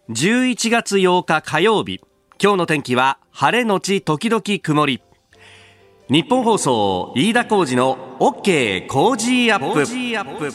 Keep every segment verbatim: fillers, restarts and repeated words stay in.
じゅういちがつようか火曜日、今日の天気は晴れのち時々曇り。日本放送飯田浩司の OK 工事アップ。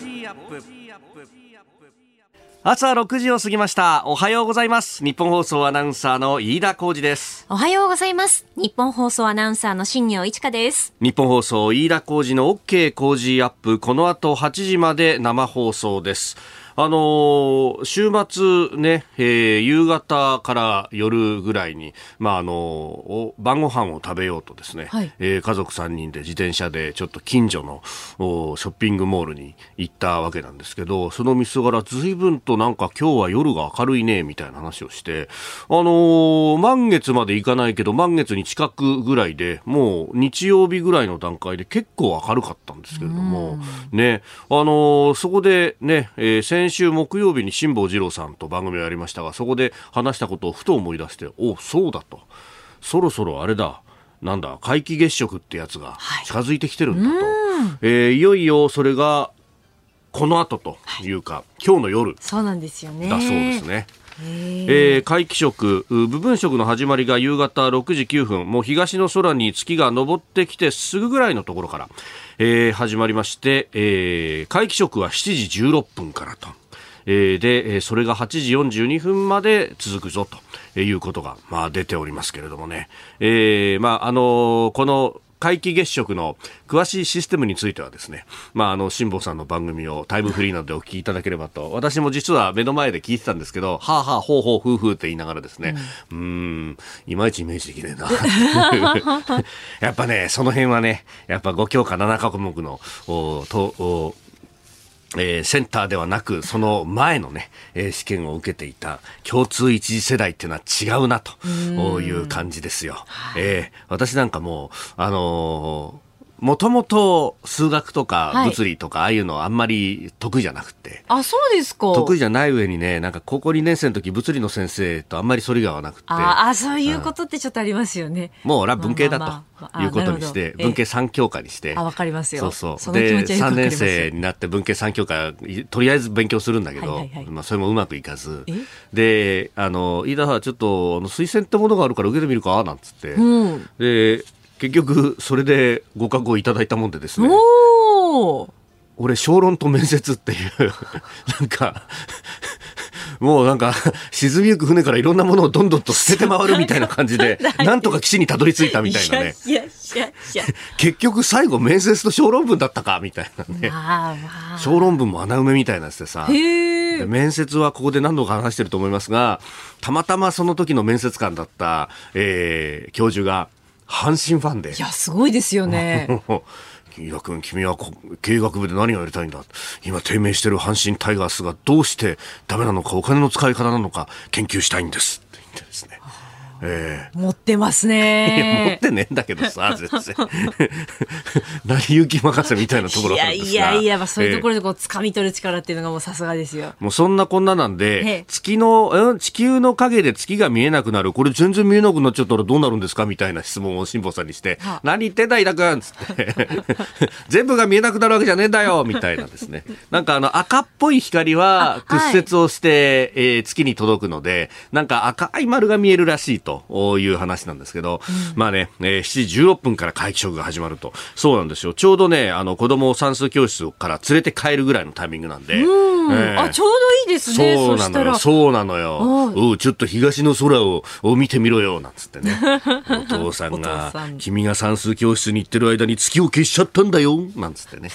朝ろくじを過ぎました。おはようございます。日本放送アナウンサーの飯田浩司です。 おはようございます。日本放送アナウンサーの新業一華です。 日本放送飯田浩司の OK 工事アップ、この後はちじまで生放送です。あのー、週末ね、えー、夕方から夜ぐらいに、まああのー、晩ご飯を食べようとですね、はい、えー、家族さんにんで自転車でちょっと近所のショッピングモールに行ったわけなんですけど、その見すがら随分となんか今日は夜が明るいねみたいな話をして、あのー、満月まで行かないけど満月に近くぐらいで、もう日曜日ぐらいの段階で結構明るかったんですけれどもね、あのー、そこでね、えー、先週木曜日に辛坊治郎さんと番組をやりましたが、そこで話したことをふと思い出して、お、そうだと、そろそろあれだ、なんだ、皆既月食ってやつが近づいてきてるんだと、はい、えー、いよいよそれがこの後というか、はい、今日の夜そうなんですよね。 だそうですね。えー、皆既食、部分食の始まりが夕方ろくじきゅうふん、もう東の空に月が昇ってきてすぐぐらいのところから、えー、始まりまして、えー、皆既食はしちじじゅうろっぷんからと、えー、でそれがはちじよんじゅうにふんまで続くぞということが、まあ、出ておりますけれどもね、えーまああのー、この皆既月食の詳しいシステムについてはですね、まあ、あの辛坊さんの番組をタイムフリーなどでお聞きいただければと、私も実は目の前で聞いてたんですけど、はあはあ、ほうほう、ふうふうって言いながらですね、うん、うーん、いまいちイメージできねえなやっぱね、その辺はね、やっぱご教科ななかこもくのおとおえー、センターではなく、その前のね、えー、試験を受けていた共通一次世代っていうのは違うなという感じですよ。えー、私なんかもう、あのーもともと数学とか物理とかああいうのあんまり得意じゃなくて、 はい、あ、そうですか。 得意じゃない上にね、なんか高校にねん生の時物理の先生とあんまり反りが合わなくて、 ああ、そういうことってちょっとありますよね。 もう俺は文系だということにして、文系さん教科にして、 あ、わかりますよ。 そうそう。 その気持ちはよくわかります。 でさんねん生になって文系さん教科とりあえず勉強するんだけど、はいはいはい、まあそれもうまくいかず、で、あの飯田さんちょっとあの推薦ってものがあるから受けてみるかなんつって、うん、で結局それでご覚悟いただいたもんでですね、お俺小論と面接っていうなんかもうなんか沈みゆく船からいろんなものをどんどんと捨てて回るみたいな感じでなんとか岸にたどり着いたみたいなね、いやいやいや結局最後面接と小論文だったかみたいなね、まあまあ、小論文も穴埋めみたいなやつでさ、で面接はここで何度か話してると思いますが、たまたまその時の面接官だった、えー、教授が阪神ファンで、 いやすごいですよね飯田君、君は経営学部で何をやりたいんだ、今低迷してる阪神タイガースがどうしてダメなのか、お金の使い方なのか研究したいんですって言ってですね、えー、 持ってますね。 いや持ってねえんだけどさ全然成り行き任せみたいなところなんですが、 いやいやいや、まあ、そういうところでこう掴み取る力っていうのがもうさすがですよ。 もうそんなこんななんで、月の地球の影で月が見えなくなる、これ全然見えなくなっちゃったらどうなるんですかみたいな質問を辛坊さんにして、はあ、何言ってんだ飯田君つって全部が見えなくなるわけじゃねえんだよみたいなですね、なんかあの赤っぽい光は屈折をして、はい、えー、月に届くので、なんか赤い丸が見えるらしいとという話なんですけど、うん、まあね、えー、しちじじゅうろっぷんから皆既食が始まると。そうなんですよ。ちょうどね、あの子供を算数教室から連れて帰るぐらいのタイミングなんで、 うん、えー、あ、ちょうどいいですね。 そうなのよ、そうなのよ。おう、ちょっと東の空を見てみろよなんつってねお父さんがん君が算数教室に行ってる間に月を消しちゃったんだよなんつってね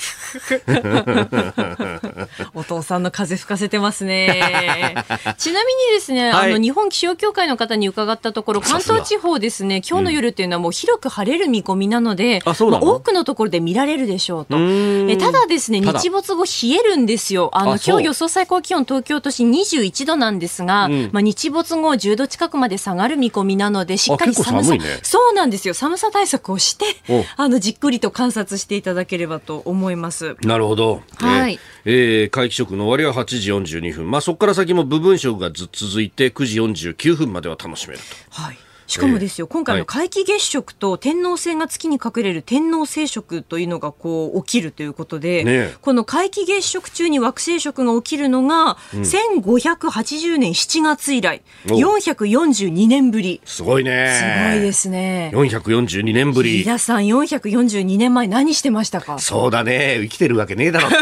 お父さんの風吹かせてますねちなみにですね、はい、あの日本気象協会の方に伺ったところ、関東地方ですね、今日の夜っていうのはもう広く晴れる見込みなので、うん、まあ、多くのところで見られるでしょうと。えただですね、日没後冷えるんですよ。あのあ今日予想最高気温東京都心にじゅういちどなんですが、うん、まあ、日没後じゅうど近くまで下がる見込みなので、しっかり寒さ、ね、そうなんですよ、寒さ対策をしてあのじっくりと観察していただければと思います。 なるほど、 はい、 えー、皆既食の終わりははちじよんじゅうにふん、まあ、そこから先も部分食がず続いてくじよんじゅうきゅうふんまでは楽しめると。 はい、 しかもですよ、えー、今回の皆既月食と天王星が月に隠れる天王星食というのがこう起きるということで、ね、この皆既月食中に惑星食が起きるのが、うん、せんごひゃくはちじゅうねんしちがつ以来よんひゃくよんじゅうにねんぶり。 すごいね。 すごいですね。 よんひゃくよんじゅうにねんぶり。 皆さんよんひゃくよんじゅうにねんまえ何してましたか？ そうだね、生きてるわけねえだろ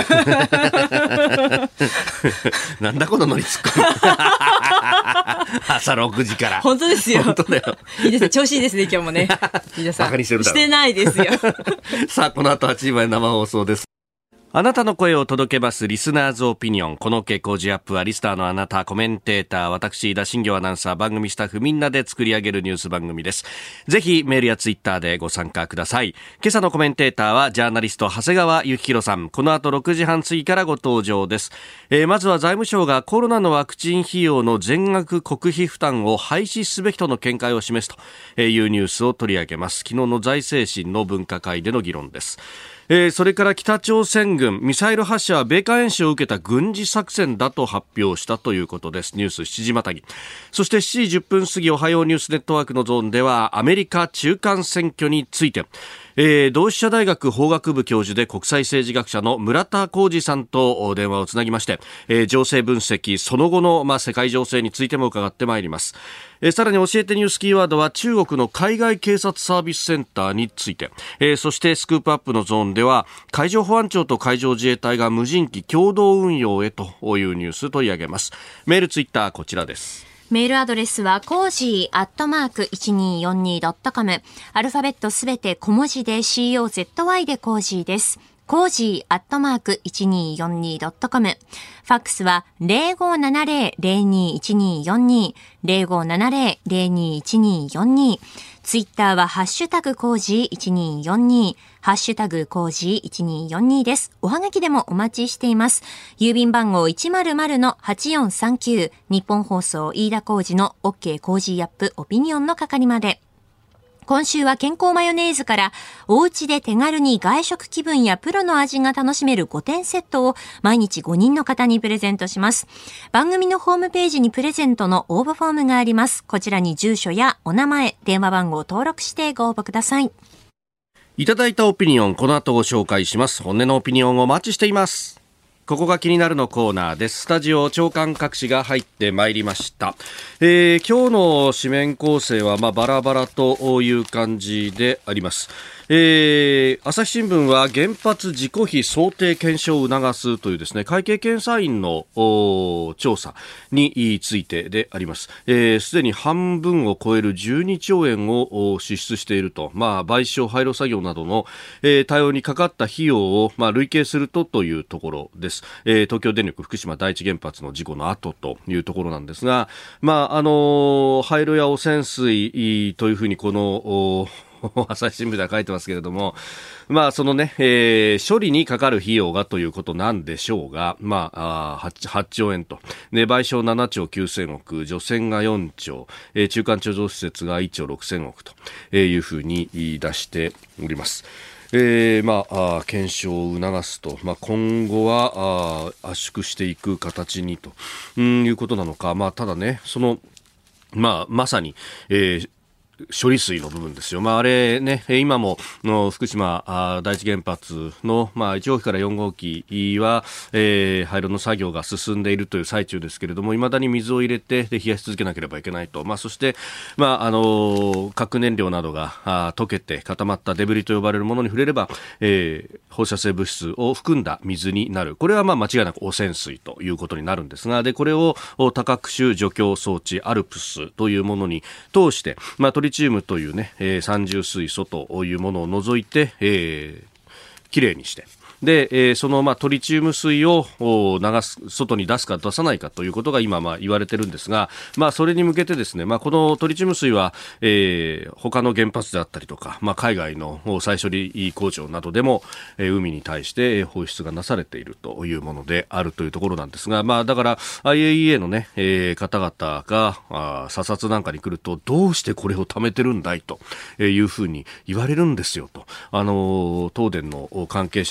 なんだこのノリツッコミ朝ろくじから。 本当ですよ。 本当だよ。 いいですね、調子いいですね今日もね。皆さんバカにしてるだろ。 してないですよさあこの後はちじまで生放送です。あなたの声を届けますリスナーズオピニオン。この傾向ジアップはリスターのあなた、コメンテーター、私、田新行アナウンサー、番組スタッフみんなで作り上げるニュース番組です。ぜひメールやツイッターでご参加ください。今朝のコメンテーターはジャーナリスト長谷川幸宏さん。この後ろくじはん過ぎからご登場です。えー、まずは財務省がコロナのワクチン費用の全額国費負担を廃止すべきとの見解を示すというニュースを取り上げます。昨日の財政審の分科会での議論です。えー、それから北朝鮮軍ミサイル発射は米韓演習を受けた軍事作戦だと発表したということです。ニュースしちじまたぎ。そしてしちじじゅっぷん過ぎおはようニュースネットワークのゾーンではアメリカ中間選挙について、えー、同志社大学法学部教授で国際政治学者の村田浩二さんと電話をつなぎまして、えー、情勢分析その後の、まあ、世界情勢についても伺ってまいります。えー、さらに教えてニュースキーワードは中国の海外警察サービスセンターについて、えー、そしてスクープアップのゾーンでは海上保安庁と海上自衛隊が無人機共同運用へというニュース取り上げます。メールツイッターこちらです。 メールアドレスはコージーアットマーク いちにーよんにードットコム。アルファベットすべて小文字で コーズイ でコージーです。コージーアットマーク いちにーよんにードットコム。ファックスは ゼロごーななゼロ ゼロにーいちにーよんにー ゼロごーななゼロ ゼロにーいちにーよんにー。ツイッターはハッシュタグコージーいちにーよんにー、ハッシュタグコージーいちにーよんにーです。おはがきでもお待ちしています。郵便番号 いちまるまるのはちよんさんきゅう、日本放送飯田浩司の OK コージーアップオピニオンの係まで。今週は健康マヨネーズからお家で手軽に外食気分やプロの味が楽しめるごてんセットを毎日ごにんの方にプレゼントします。番組のホームページにプレゼントの応募フォームがあります。こちらに住所やお名前、電話番号を登録してご応募ください。 いただいたオピニオン、この後ご紹介します。本音のオピニオンをお待ちしています。ここが気になるのコーナーです。スタジオ長官各紙が入ってまいりました。えー、今日の紙面構成はまあバラバラという感じであります。えー、朝日新聞は原発事故費想定検証を促すというですね、会計検査院の調査についてであります。すで、えー、に半分を超えるじゅうにちょうえんを支出していると、まあ、賠償廃炉作業などの、えー、対応にかかった費用を、まあ、累計するとというところです。えー、東京電力福島第一原発の事故の後というところなんですが、まあ、あの廃炉や汚染水というふうにこの朝日新聞では書いてますけれども、まあそのね、えー、処理にかかる費用がということなんでしょうが、まあ、あ 8, はっちょうえんと、ね、賠償ななちょうきゅうせんおく、除染がよんちょう、えー、中間貯蔵施設がいっちょうろくせんおくというふうに出しております。えーまあ、あ検証を促すと、まあ、今後はあ圧縮していく形にと、うん、いうことなのか、まあ、ただね、その、まあ、まさに、えー処理水の部分ですよ。まあ、あれね、今もの福島第一原発の、まあ、いちごうきからよんごうきは、えー、廃炉の作業が進んでいるという最中ですけれども、未だに水を入れてで冷やし続けなければいけないと。まあ、そして、まあ、あの核燃料などが溶けて固まったデブリと呼ばれるものに触れれば、えー、放射性物質を含んだ水になる。これはまあ間違いなく汚染水ということになるんですが、でこれを多角種除去装置アルプスというものに通して、まあトリチウムというね、えー、三重水素というものを除いて、えー、きれいにして、で、えー、その、まあ、トリチウム水を流す、外に出すか出さないかということが今、まあ、言われてるんですが、まあ、それに向けてですね、まあ、このトリチウム水は、えー、他の原発であったりとか、まあ、海外の再処理工場などでも、えー、海に対して放出がなされているというものであるというところなんですが、まあ、だから アイエーイーエー のね、えー、方々があ査察なんかに来ると、どうしてこれを貯めてるんだいというふうに言われるんですよと、あの東電の関係者の人たち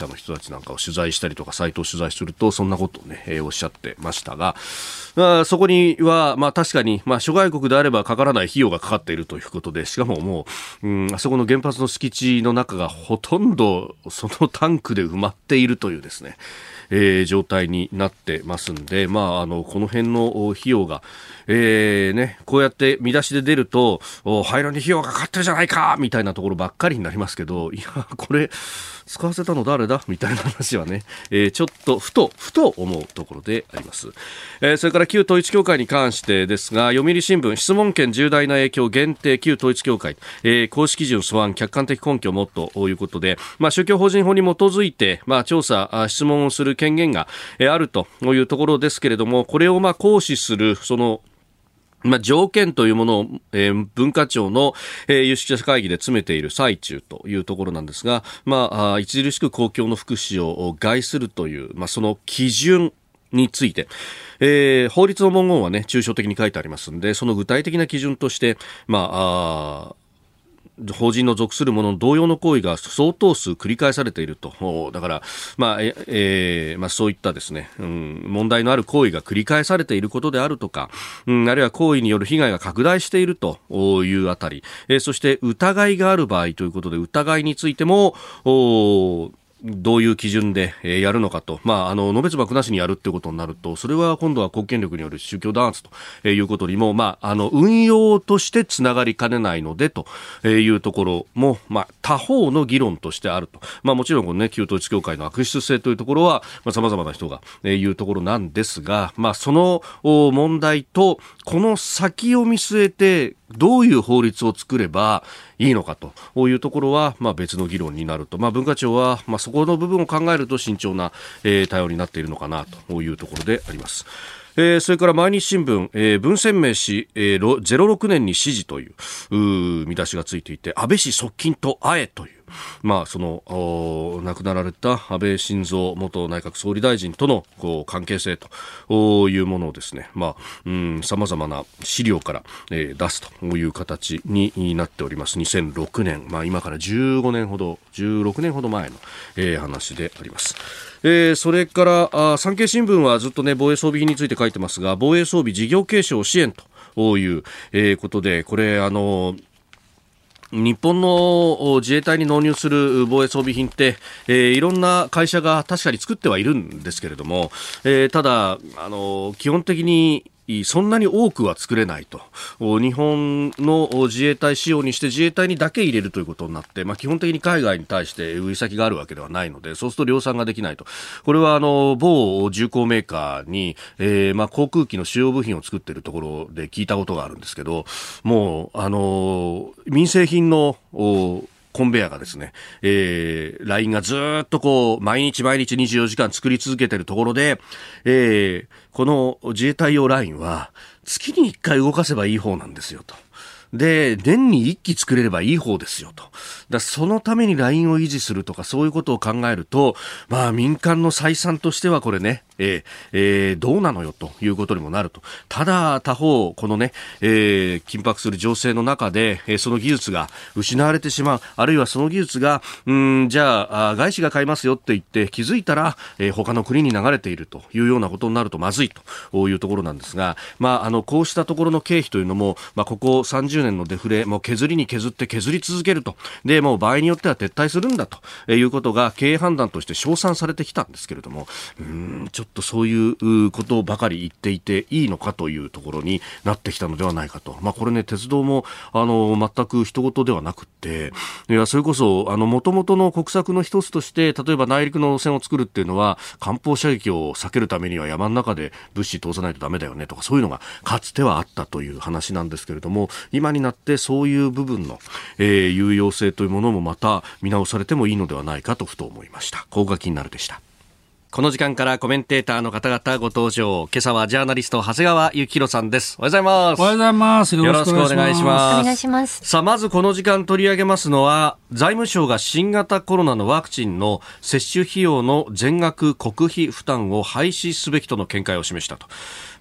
たちなんかを取材したりとかサイトを取材するとそんなことをね、えー、おっしゃってましたが、まあ、そこには、まあ、確かに、まあ、諸外国であればかからない費用がかかっているということで、しかももう、うん、あそこの原発の敷地の中がほとんどそのタンクで埋まっているというですね、えー、状態になってますんで、まあ、あのこの辺の費用が、えーね、こうやって見出しで出ると廃炉に費用がかかってるじゃないかみたいなところばっかりになりますけど、いやこれ使わせたの誰だみたいな話はね、えー、ちょっとふとふと思うところであります。えー、それから旧統一教会に関してですが、読売新聞質問権重大な影響限定旧統一教会、えー、公式基準素案客観的根拠をもということで、まあ、宗教法人法に基づいて、まあ、調査質問をする権限があるというところですけれども、これをまあ行使するそのまあ、条件というものを、えー、文化庁の、えー、有識者会議で詰めている最中というところなんですが、まあ、著しく公共の福祉を害するという、まあ、その基準について、えー、法律の文言はね、抽象的に書いてありますので、その具体的な基準として、まあ、あ法人の属する者の同様の行為が相当数繰り返されていると。だから、まあええーまあ、そういったですね、うん、問題のある行為が繰り返されていることであるとか、うん、あるいは行為による被害が拡大しているというあたり、えー、そして疑いがある場合ということで、疑いについてもおどういう基準でやるのかと、まあ、あの、のべつ幕なしにやるっていうことになると、それは今度は公権力による宗教弾圧ということにも、まあ、あの、運用としてつながりかねないので、というところも、まあ、他方の議論としてあると。まあ、もちろんこのね、旧統一教会の悪質性というところは、まあ、様々な人が言うところなんですが、まあ、その問題と、この先を見据えて、どういう法律を作ればいいのかというところは、まあ、別の議論になると、まあ、文化庁は、まあ、そこの部分を考えると慎重な、えー、対応になっているのかなというところであります。えー、それから毎日新聞、えー、文鮮明氏、えー、ゼロろくねんに支持という、う見出しがついていて、安倍氏側近と会えという、まあ、その亡くなられた安倍晋三元内閣総理大臣とのこう関係性というものをですね、まあ、うん、様々な資料から、えー、出すという形になっております。にせんろくねん、まあ、今からじゅうごねんほどじゅうろくねんほど前の、えー、話であります。えー、それからあ産経新聞はずっとね、防衛装備品について書いてますが、防衛装備事業継承支援という、えー、ことで、これあの日本の自衛隊に納入する防衛装備品って、えー、いろんな会社が確かに作ってはいるんですけれども、えー、ただあの基本的にそんなに多くは作れないと。日本の自衛隊仕様にして自衛隊にだけ入れるということになって、まあ、基本的に海外に対して売り先があるわけではないので、そうすると量産ができないと。これはあの某重工メーカーに、えーまあ、航空機の主要部品を作っているところで聞いたことがあるんですけど、もうあの民生品のコンベヤがですね、えー、ラインがずっとこう毎日毎日にじゅうよじかん作り続けているところで、えー、この自衛隊用ラインは月にいっかい動かせばいい方なんですよと。で、年にいっき作れればいい方ですよと。だそのためにラインを維持するとかそういうことを考えると、まあ民間の採算としてはこれね、えーえー、どうなのよということにもなると。ただ他方このね、えー、緊迫する情勢の中で、えー、その技術が失われてしまう、あるいはその技術がうんじゃあ外資が買いますよって言って気づいたら、えー、他の国に流れているというようなことになるとまずいというところなんですが、まああのこうしたところの経費というのも、まあ、ここさんじゅうねんのデフレもう削りに削って削り続けると。でもう場合によっては撤退するんだということが経営判断として称賛されてきたんですけれども、うーんちょっとそういうことばかり言っていていいのかというところになってきたのではないかと。まあ、これね、鉄道もあの全く人事ではなくって、いやそれこそあの元々の国策の一つとして、例えば内陸の路線を作るっていうのは艦砲射撃を避けるためには山の中で物資通さないとダメだよねとか、そういうのがかつてはあったという話なんですけれども、今になってそういう部分の、えー、有用性というものもまた見直されてもいいのではないかとふと思いました。ここが気になるでした。この時間からコメンテーターの方々ご登場。今朝はジャーナリスト長谷川幸宏さんです。おはようございます。 おはようございます。よろしくお願いします。 お願いします。 さあ、まずこの時間取り上げますのは、財務省が新型コロナのワクチンの接種費用の全額国費負担を廃止すべきとの見解を示したと。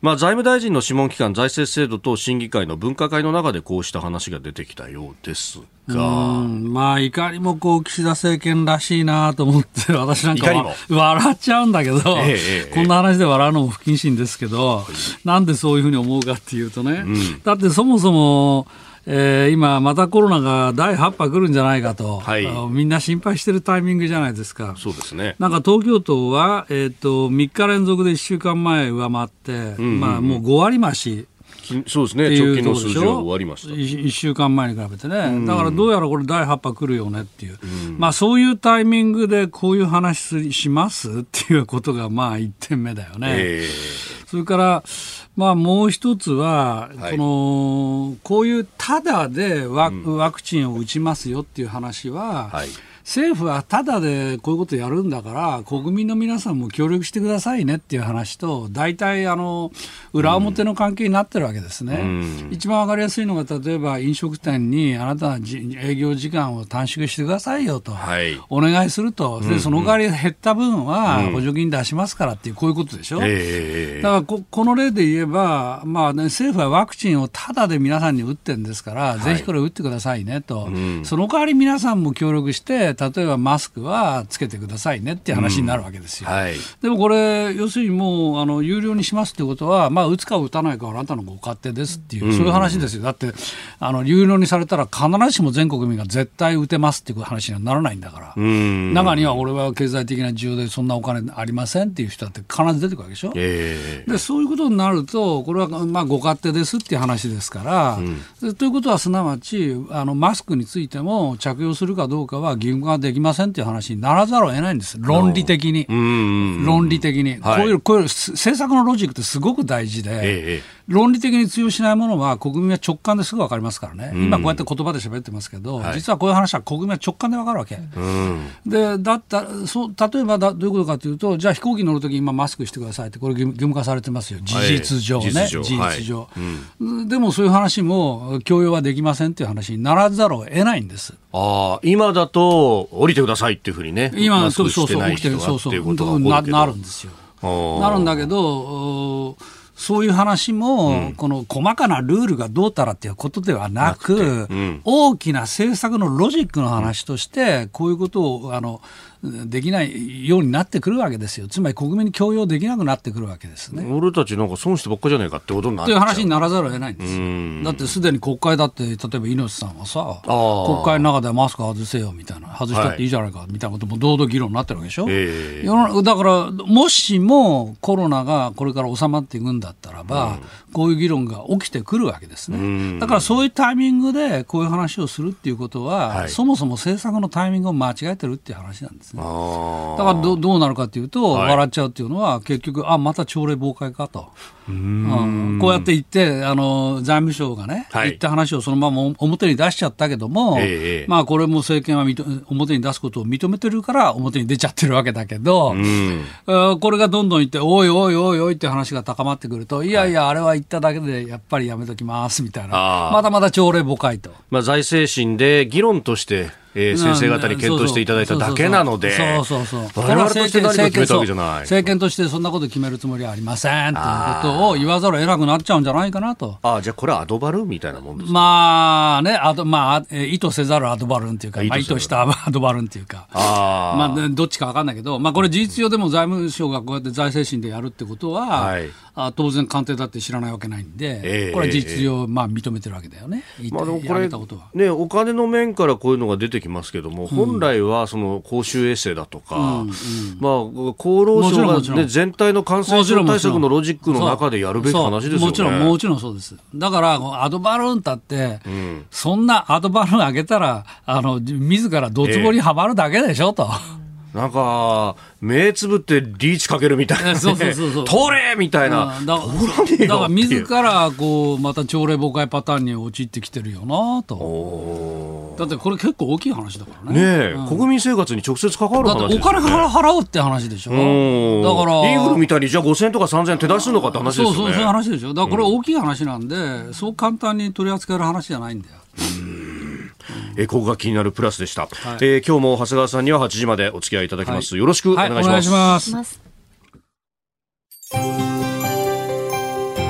まあ、財務大臣の諮問機関財政制度等審議会の分科会の中でこうした話が出てきたようですが、 うん、まあいかにもこう岸田政権らしいなと思って私なんかは笑っちゃうんだけど、ええ、こんな話で笑うのも不謹慎ですけど、はい、なんでそういうふうに思うかっていうとね、うん、だってそもそもえー、今またコロナがだいはち波来るんじゃないかと、はい、みんな心配してるタイミングじゃないですか。 そうですね。 なんか東京都は、えー、とみっか連続でいっしゅうかんまえ上回って、うんうんうん、まあ、もうご割増しそうですね、直近の数字は終わりました。 いっしゅうかんまえに比べてね、うん、だからどうやらこれだいはち波来るよねっていう、うん、まあ、そういうタイミングでこういう話しますっていうことがまあいってんめだよね、えー、それからまあ、もう一つは、はい、このこういうタダで ワ,、うん、ワクチンを打ちますよっていう話は、はい、政府はタダでこういうことやるんだから国民の皆さんも協力してくださいねっていう話と大体あの裏表の関係になってるわけですね、うん、一番わかりやすいのが例えば飲食店にあなたは営業時間を短縮してくださいよと、はい、お願いすると、でその代わり減った分は補助金出しますからっていうこういうことでしょ、うんえー、だから こ, この例で言えば、まあね、政府はワクチンをタダで皆さんに打ってるんですから、はい、ぜひこれ打ってくださいねと、うん、その代わり皆さんも協力して例えばマスクはつけてくださいねっていう話になるわけですよ、うんはい、でもこれ要するにもうあの有料にしますってことは、まあ、打つか打たないかはあなたのご勝手ですっていう、うん、そういう話ですよ。だってあの有料にされたら必ずしも全国民が絶対打てますっていう話にはならないんだから、うん、中には俺は経済的な需要でそんなお金ありませんっていう人だって必ず出てくるわけでしょ、えー、でそういうことになるとこれはまあご勝手ですっていう話ですから、うん、ということはすなわちあのマスクについても着用するかどうかは義務化できませんっていう話にならざるを得ないんです。論理的に、論理的に、はい、こういうこういう政策のロジックってすごく大事で、ええ、論理的に通用しないものは国民は直感ですぐ分かりますからね、うん、今こうやって言葉で喋ってますけど、はい、実はこういう話は国民は直感で分かるわけ、うん、でだったそう例えばだどういうことかというと、じゃあ飛行機乗るとき今マスクしてくださいってこれ義務化されてますよ、事実上ね、はい、事実上、はいうん、でもそういう話も強要はできませんっていう話にならざるを得ないんです。 あ今だと降りてくださいっていうふうにね、今マスクしてない人がっていうことが起こるけどな, なるんですよ。なるんだけどそういう話も、うん、この細かなルールがどうたらっていうことではなく、うん、大きな政策のロジックの話として、こういうことをあのできないようになってくるわけですよ。つまり国民に強要できなくなってくるわけですね。 俺たちなんか損してばっかじゃないかってことになっちゃうという話にならざるを得ないんですよ。だってすでに国会だって例えば猪瀬さんはさ国会の中でマスク外せよみたいな、外したっていいじゃないかみたいなことも堂々議論になってるわけでしょ、えー、だからもしもコロナがこれから収まっていくんだったらば、うん、こういう議論が起きてくるわけですね。だからそういうタイミングでこういう話をするっていうことは、はい、そもそも政策のタイミングを間違えてるっていう話なんです。だから ど, どうなるかというと、はい、笑っちゃうっていうのは結局あまた朝令暮改かと、うーん、うん、こうやって言ってあの財務省がね、はい、言った話をそのまま表に出しちゃったけども、えーまあ、これも政権は表に出すことを認めてるから表に出ちゃってるわけだけど、うん、これがどんどん言っておいおいおいおいって話が高まってくると、いやいやあれは言っただけでやっぱりやめときますみたいな、まだまだ朝令暮改と、 まあ、財政審で議論としてえー、先生方に検討していただいただけなので、 そうそうそう、我々として何か決めたわけじゃない。政権としてそんなこと決めるつもりはありませんということを言わざるを得なくなっちゃうんじゃないかなと。 ああ、じゃあこれはアドバルーンみたいなもんですか。 まあね、あとまあ意図せざるアドバルーンというか、まあ、意図したアドバルーンというか、あまあどっちか分かんないけど、まあこれ事実上でも財務省がこうやって財政審でやるってことは、はい、あ当然官邸だって知らないわけないんで、えー、これは事実上まあ認めてるわけだよね。 まあ、でもこれね、お金の面からこういうのが出てきますけども、うん、本来はその公衆衛生だとか、うんうん、まあ、厚労省が、ね、全体の感染症対策のロジックの中でやるべき話ですよね。 もちろんもちろんそうです。だからアドバルーンだって、うん、そんなアドバルーン上げたらあの自らどつぼにはまるだけでしょと、 えー、なんか目つぶってリーチかけるみたいな、ね、そうそうそうそう通れみたいな、 だ, だから自らこうまた朝令暮改パターンに陥ってきてるよなと。だってこれ結構大きい話だからね。 ねえ、うん、国民生活に直接関わる話ですよね。 だってお金払うって話でしょ。だからイーグルみたいにじゃあごせんえんとかさんぜんえん手出しするのかって話ですよね。 そうそう、そういう話でしょ。だからこれ大きい話なんで、うん、そう簡単に取り扱える話じゃないんだよ。 えここが気になるプラスでした、はい、えー、今日も長谷川さんにははちじまでお付き合いいただきます、はい、よろしくお願いします、はい、お願いします。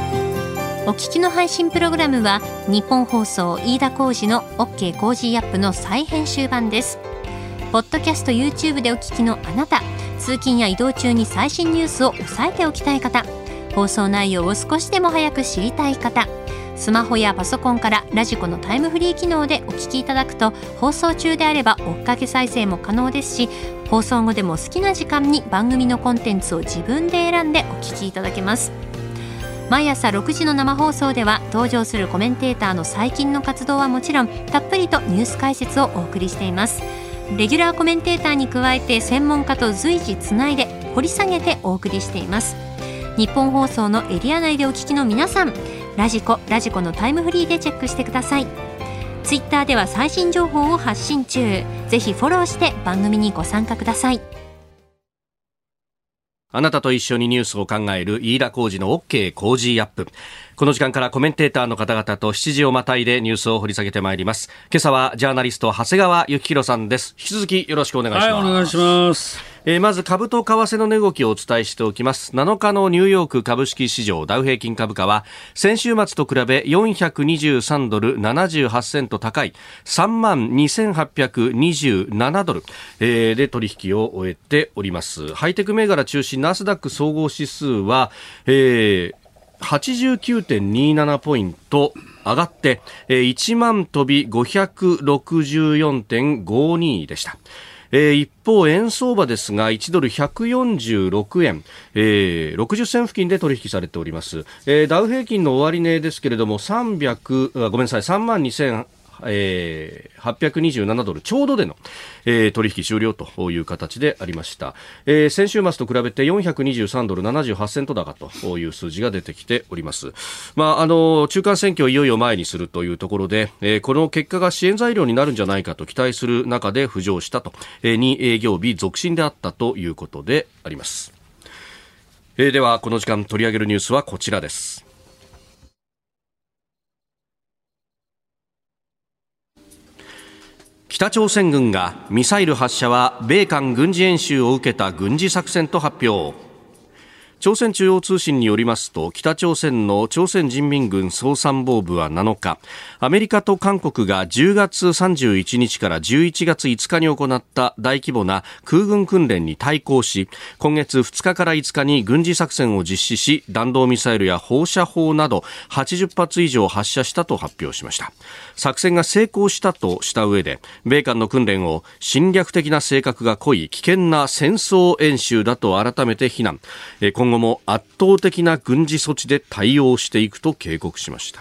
お聞きの配信プログラムは日本放送飯田浩司の OK コージーアップの再編集版です。ポッドキャスト YouTube でお聞きのあなた、通勤や移動中に最新ニュースを押さえておきたい方、放送内容を少しでも早く知りたい方、スマホやパソコンからラジコのタイムフリー機能でお聞きいただくと、放送中であれば追っかけ再生も可能ですし、放送後でも好きな時間に番組のコンテンツを自分で選んでお聞きいただけます。毎朝ろくじの生放送では登場するコメンテーターの最近の活動はもちろん、たっぷりとニュース解説をお送りしています。レギュラーコメンテーターに加えて専門家と随時つないで掘り下げてお送りしています。日本放送のエリア内でお聞きの皆さん、ラジコ、ラジコのタイムフリーでチェックしてください。ツイッターでは最新情報を発信中。ぜひフォローして番組にご参加ください。 あなたと一緒にニュースを考える飯田浩司の OK コージーアップ。この時間からコメンテーターの方々としちじをまたいでニュースを掘り下げてまいります。今朝はジャーナリスト長谷川幸宏さんです。引き続きよろしくお願いします。 はい、お願いします。 えー、まず株と為替の値動きをお伝えしておきます。なのかのニューヨーク株式市場ダウ平均株価は先週末と比べよんひゃくにじゅうさんドルななじゅうはちセント高い さんまんにせんはっぴゃくにじゅうななドル、えー、で取引を終えております。ハイテク銘柄中心ナスダック総合指数は、えー、はちじゅうきゅうてんにななポイント上がっていちまん飛び ごひゃくろくじゅうよんてんごに でした。えー、一方円相場ですがいちドルひゃくよんじゅうろくえん、えー、ろくじゅっせん付近で取引されております。えー、ダウ平均の終値ですけれどもさんびゃくごめんなさいさんまんにせんえー、はっぴゃくにじゅうななドルちょうどでの、えー、取引終了という形でありました。えー、先週末と比べてよんひゃくにじゅうさんドルななじゅうはちセント高という数字が出てきております。まあ、あの中間選挙をいよいよ前にするというところで、えー、この結果が支援材料になるんじゃないかと期待する中で浮上したと、えー、に営業日続伸であったということであります。えー、ではこの時間取り上げるニュースはこちらです。北朝鮮軍がミサイル発射は米韓軍事演習を受けた軍事作戦と発表。朝鮮中央通信によりますと、北朝鮮の朝鮮人民軍総参謀部はなのか、アメリカと韓国がじゅうがつさんじゅういちにちからじゅういちがついつかに行った大規模な空軍訓練に対抗し、今月ふつかからいつかに軍事作戦を実施し、弾道ミサイルや放射砲などはちじゅっぱつ以上発射したと発表しました。作戦が成功したとした上で、米韓の訓練を侵略的な性格が濃い危険な戦争演習だと改めて非難。今後も圧倒的な軍事措置で対応していくと警告しました。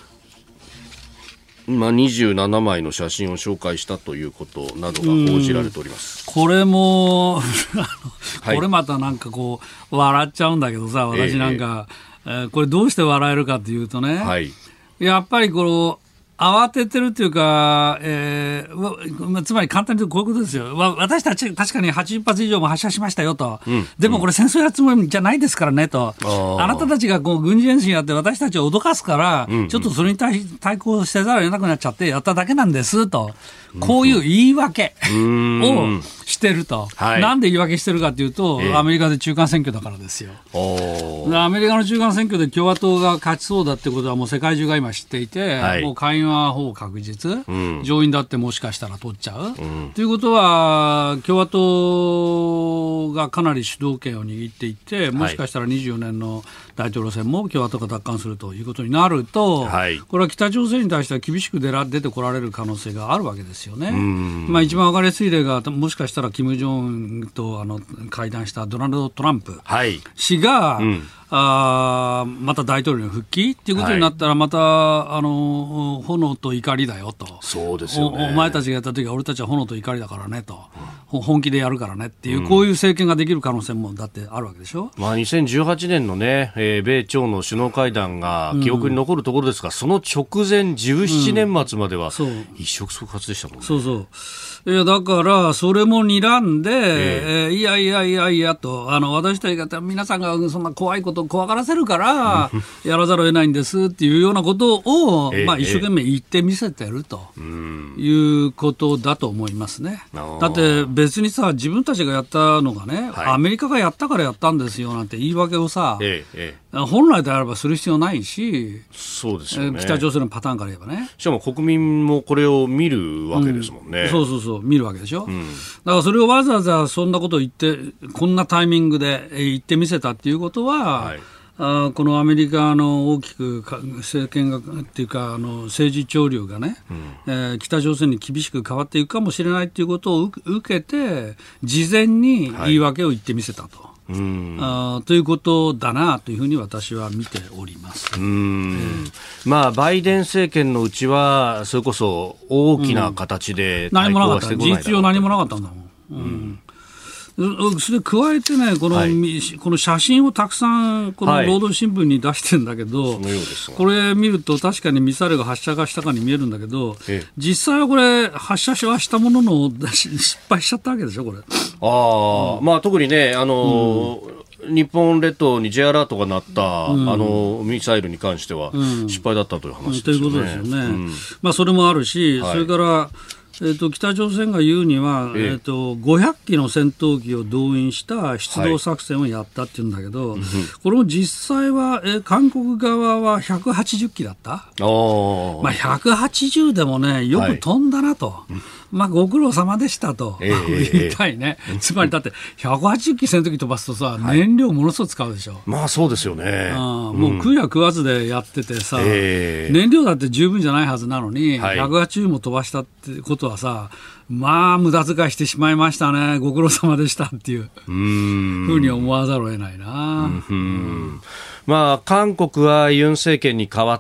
今にじゅうななまいの写真を紹介したということなどが報じられております。 これもこれまたなんかこう笑っちゃうんだけどさ、私なんか、えーえー、これどうして笑えるかというとね、はい、やっぱりこの慌ててるっていうか、えー、つまり簡単に言うとこういうことですよ。私たち確かにはちじゅっぱつ以上も発射しましたよと、うん、でもこれ戦争やるつもりじゃないですからねと、うん、あなたたちがこう軍事演習やって私たちを脅かすから、うんうん、ちょっとそれに 対, 対抗せざるを得なくなっちゃってやっただけなんですと、こういう言い訳をしてると、はい、なんで言い訳してるかというと、えー、アメリカで中間選挙だからですよ。アメリカの中間選挙で共和党が勝ちそうだってことはもう世界中が今知っていて、はい、もう下院はほぼ確実、うん、上院だってもしかしたら取っちゃう、うん、ということは共和党がかなり主導権を握っていて、もしかしたらにじゅうよねんの大統領選も共和党が奪還するということになると、はい、これは北朝鮮に対しては厳しく出ら出てこられる可能性があるわけですよね。まあ、一番分かりやすい例がもしかしたら金正恩とあの会談したドナルド・トランプ氏が、はい、うん、あまた大統領に復帰ということになったら、また、はい、あの炎と怒りだよと。 そうですよね。 お, お前たちがやった時は俺たちは炎と怒りだからねと、うん、本気でやるからねっていう、うん、こういう政権ができる可能性もだってあるわけでしょ。 まあ、にせんじゅうはちねんのね、えー、米朝の首脳会談が記憶に残るところですが、うん、その直前じゅうななねん末までは一触即発でしたもんね。 そうそう、いやだからそれも睨んで、えーえー、いやいやいやいやと、あの私たちが皆さんがそんな怖いことを怖がらせるからやらざるを得ないんですっていうようなことを、えーまあ、一生懸命言ってみせてると、えー、いうことだと思いますね。だって別にさ、自分たちがやったのがね、はい、アメリカがやったからやったんですよなんて言い訳をさ、えーえー本来であればする必要ないし、 そうですよね、 北朝鮮のパターンから言えばね。 しかも国民もこれを見るわけですもんね、 うん、そうそうそう、見るわけでしょ、うん、だからそれをわざわざそんなことを言って、こんなタイミングで言ってみせたっていうことは、はい、あこのアメリカの大きく政権がっていうか、あの政治潮流がね、うん、えー、北朝鮮に厳しく変わっていくかもしれないということを受けて、事前に言い訳を言ってみせたと。はい、うん、あということだなというふうに私は見ております。 うん、えー、まあ、バイデン政権のうちはそれこそ大きな形で対抗はしてこないだろう、うん、何もなかった、事実上何もなかったんだもん、うんうん、それ加えてね、この、はい、この写真をたくさんこの労働新聞に出してるんだけど、はい、これ見ると確かにミサイルが発射がしたかに見えるんだけど、実際はこれ発射はしたものの失敗しちゃったわけでしょこれ。 あ、うん、まあ、特にね、あのーうん、日本列島に J アラートが鳴った、うん、あのミサイルに関しては失敗だったという話ですよね、 うん、ということですよね、うん、まあ、それもあるし、はい、それからえー、と北朝鮮が言うには、えーえー、とごひゃっきの戦闘機を動員した出動作戦をやったっていうんだけど、はい、これも実際は、えー、韓国側はひゃくはちじゅっきだった、まあ、ひゃくはちじゅうでもね、よく飛んだなと、はい、まあ、ご苦労様でしたと、えー、言いたいね、つまりだってひゃくはちじゅっき戦闘機飛ばすとさ、はい、燃料ものすごく使うでしょ。 まあそうですよね、 あ、もう食うや食わずでやっててさ、えー、燃料だって十分じゃないはずなのに、はい、ひゃくはちじゅうも飛ばしたってことはさ、まあ無駄遣いしてしまいましたね、ご苦労様でしたっていうふうに思わざるを得ないな。うん、うん、 まあ、韓国はユン政権に代わって、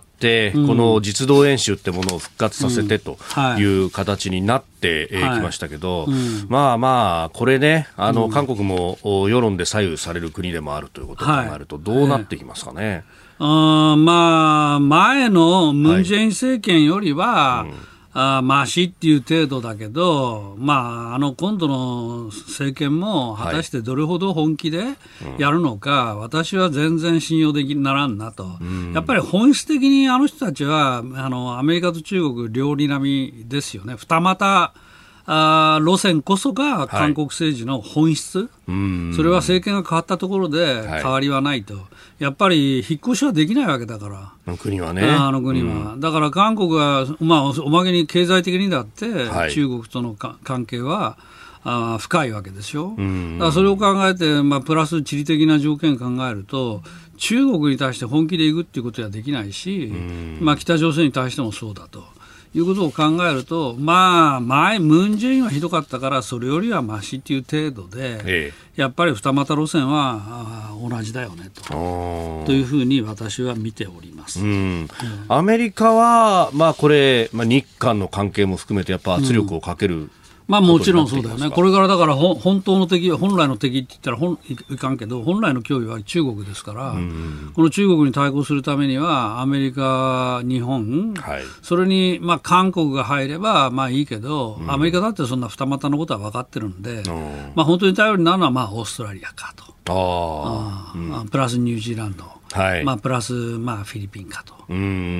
うん、この実動演習ってものを復活させてという形になってきましたけど、はい、うん、まあまあこれね、あの、うん、韓国も世論で左右される国でもあるということを考えるとどうなってきますかね。 はい、あ、まあ、前のムン・ジェイン政権よりは、はい、うん、あマシっていう程度だけど、まあ、あの今度の政権も果たしてどれほど本気でやるのか、はい、うん、私は全然信用できならんなと、うん、やっぱり本質的にあの人たちはあのアメリカと中国両利並みですよね。二股あ路線こそが韓国政治の本質、はい、それは政権が変わったところで変わりはないと、はい、やっぱり引っ越しはできないわけだから、 あの国はね、 あの国は、うん、だから韓国は、まあ、おまけに経済的にだって、はい、中国とのか関係はあ深いわけでしょ、うん、だからそれを考えて、まあ、プラス地理的な条件を考えると中国に対して本気でいくっていうことはできないし、うん、まあ、北朝鮮に対してもそうだということを考えると、まあ、前、ムン・ジェインはひどかったから、それよりはマシっていう程度で、ええ、やっぱり二股路線は同じだよねと、というふうに私は見ております。うんうん、 アメリカは、まあ、これ、まあ、日韓の関係も含めて、やっぱ圧力をかける、うん、 まあ、もちろんそうだよね。これからだからほ本当の敵、本来の敵って言ったら本いかんけど、本来の脅威は中国ですから、うん、この中国に対抗するためにはアメリカ、日本、はい、それにまあ韓国が入ればまあいいけど、うん、アメリカだってそんな二股のことは分かってるんで、うん、まあ、本当に頼りになるのはまあオーストラリアかと、あ、うん、プラスニュージーランド、はい、まあ、プラスまあフィリピンかと、うん、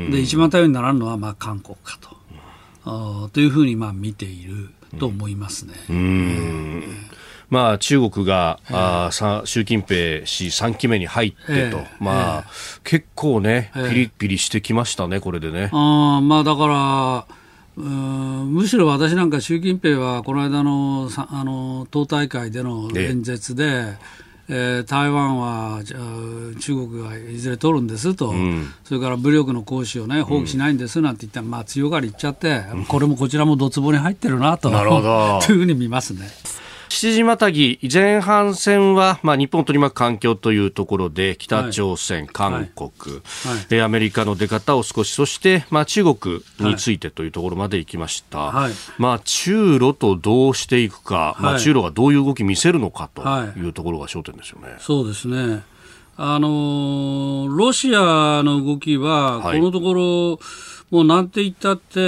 で一番頼りにならんのはまあ韓国かと、あというふうにまあ見ていると思いますね。うん、 えーまあ、中国が、えー、あ習近平氏さんきめに入ってと、えーまあえー、結構ね、えー、ピリピリしてきましたね、これでね。 あ、まあ、だからうーんむしろ私なんか習近平はこの間の、あの党大会での演説で、えーえー、台湾は中国がいずれ取るんですと、うん、それから武力の行使を、ね、放棄しないんですなんて言ったら、まあ、強がり言っちゃって、うん、これもこちらもドツボに入ってるなと、なるほどというふうに見ますね。 七時またぎ前半戦は、まあ、日本を取り巻く環境というところで北朝鮮、はい、韓国、はいはい、アメリカの出方を少し、そして、まあ、中国についてというところまで行きました、はい、まあ、中ロとどうしていくか、はい、まあ、中ロがどういう動き見せるのかというところが焦点ですよね。はい、 そうですね、あのロシアの動きはこのところ、はい、もうなんて言ったって、え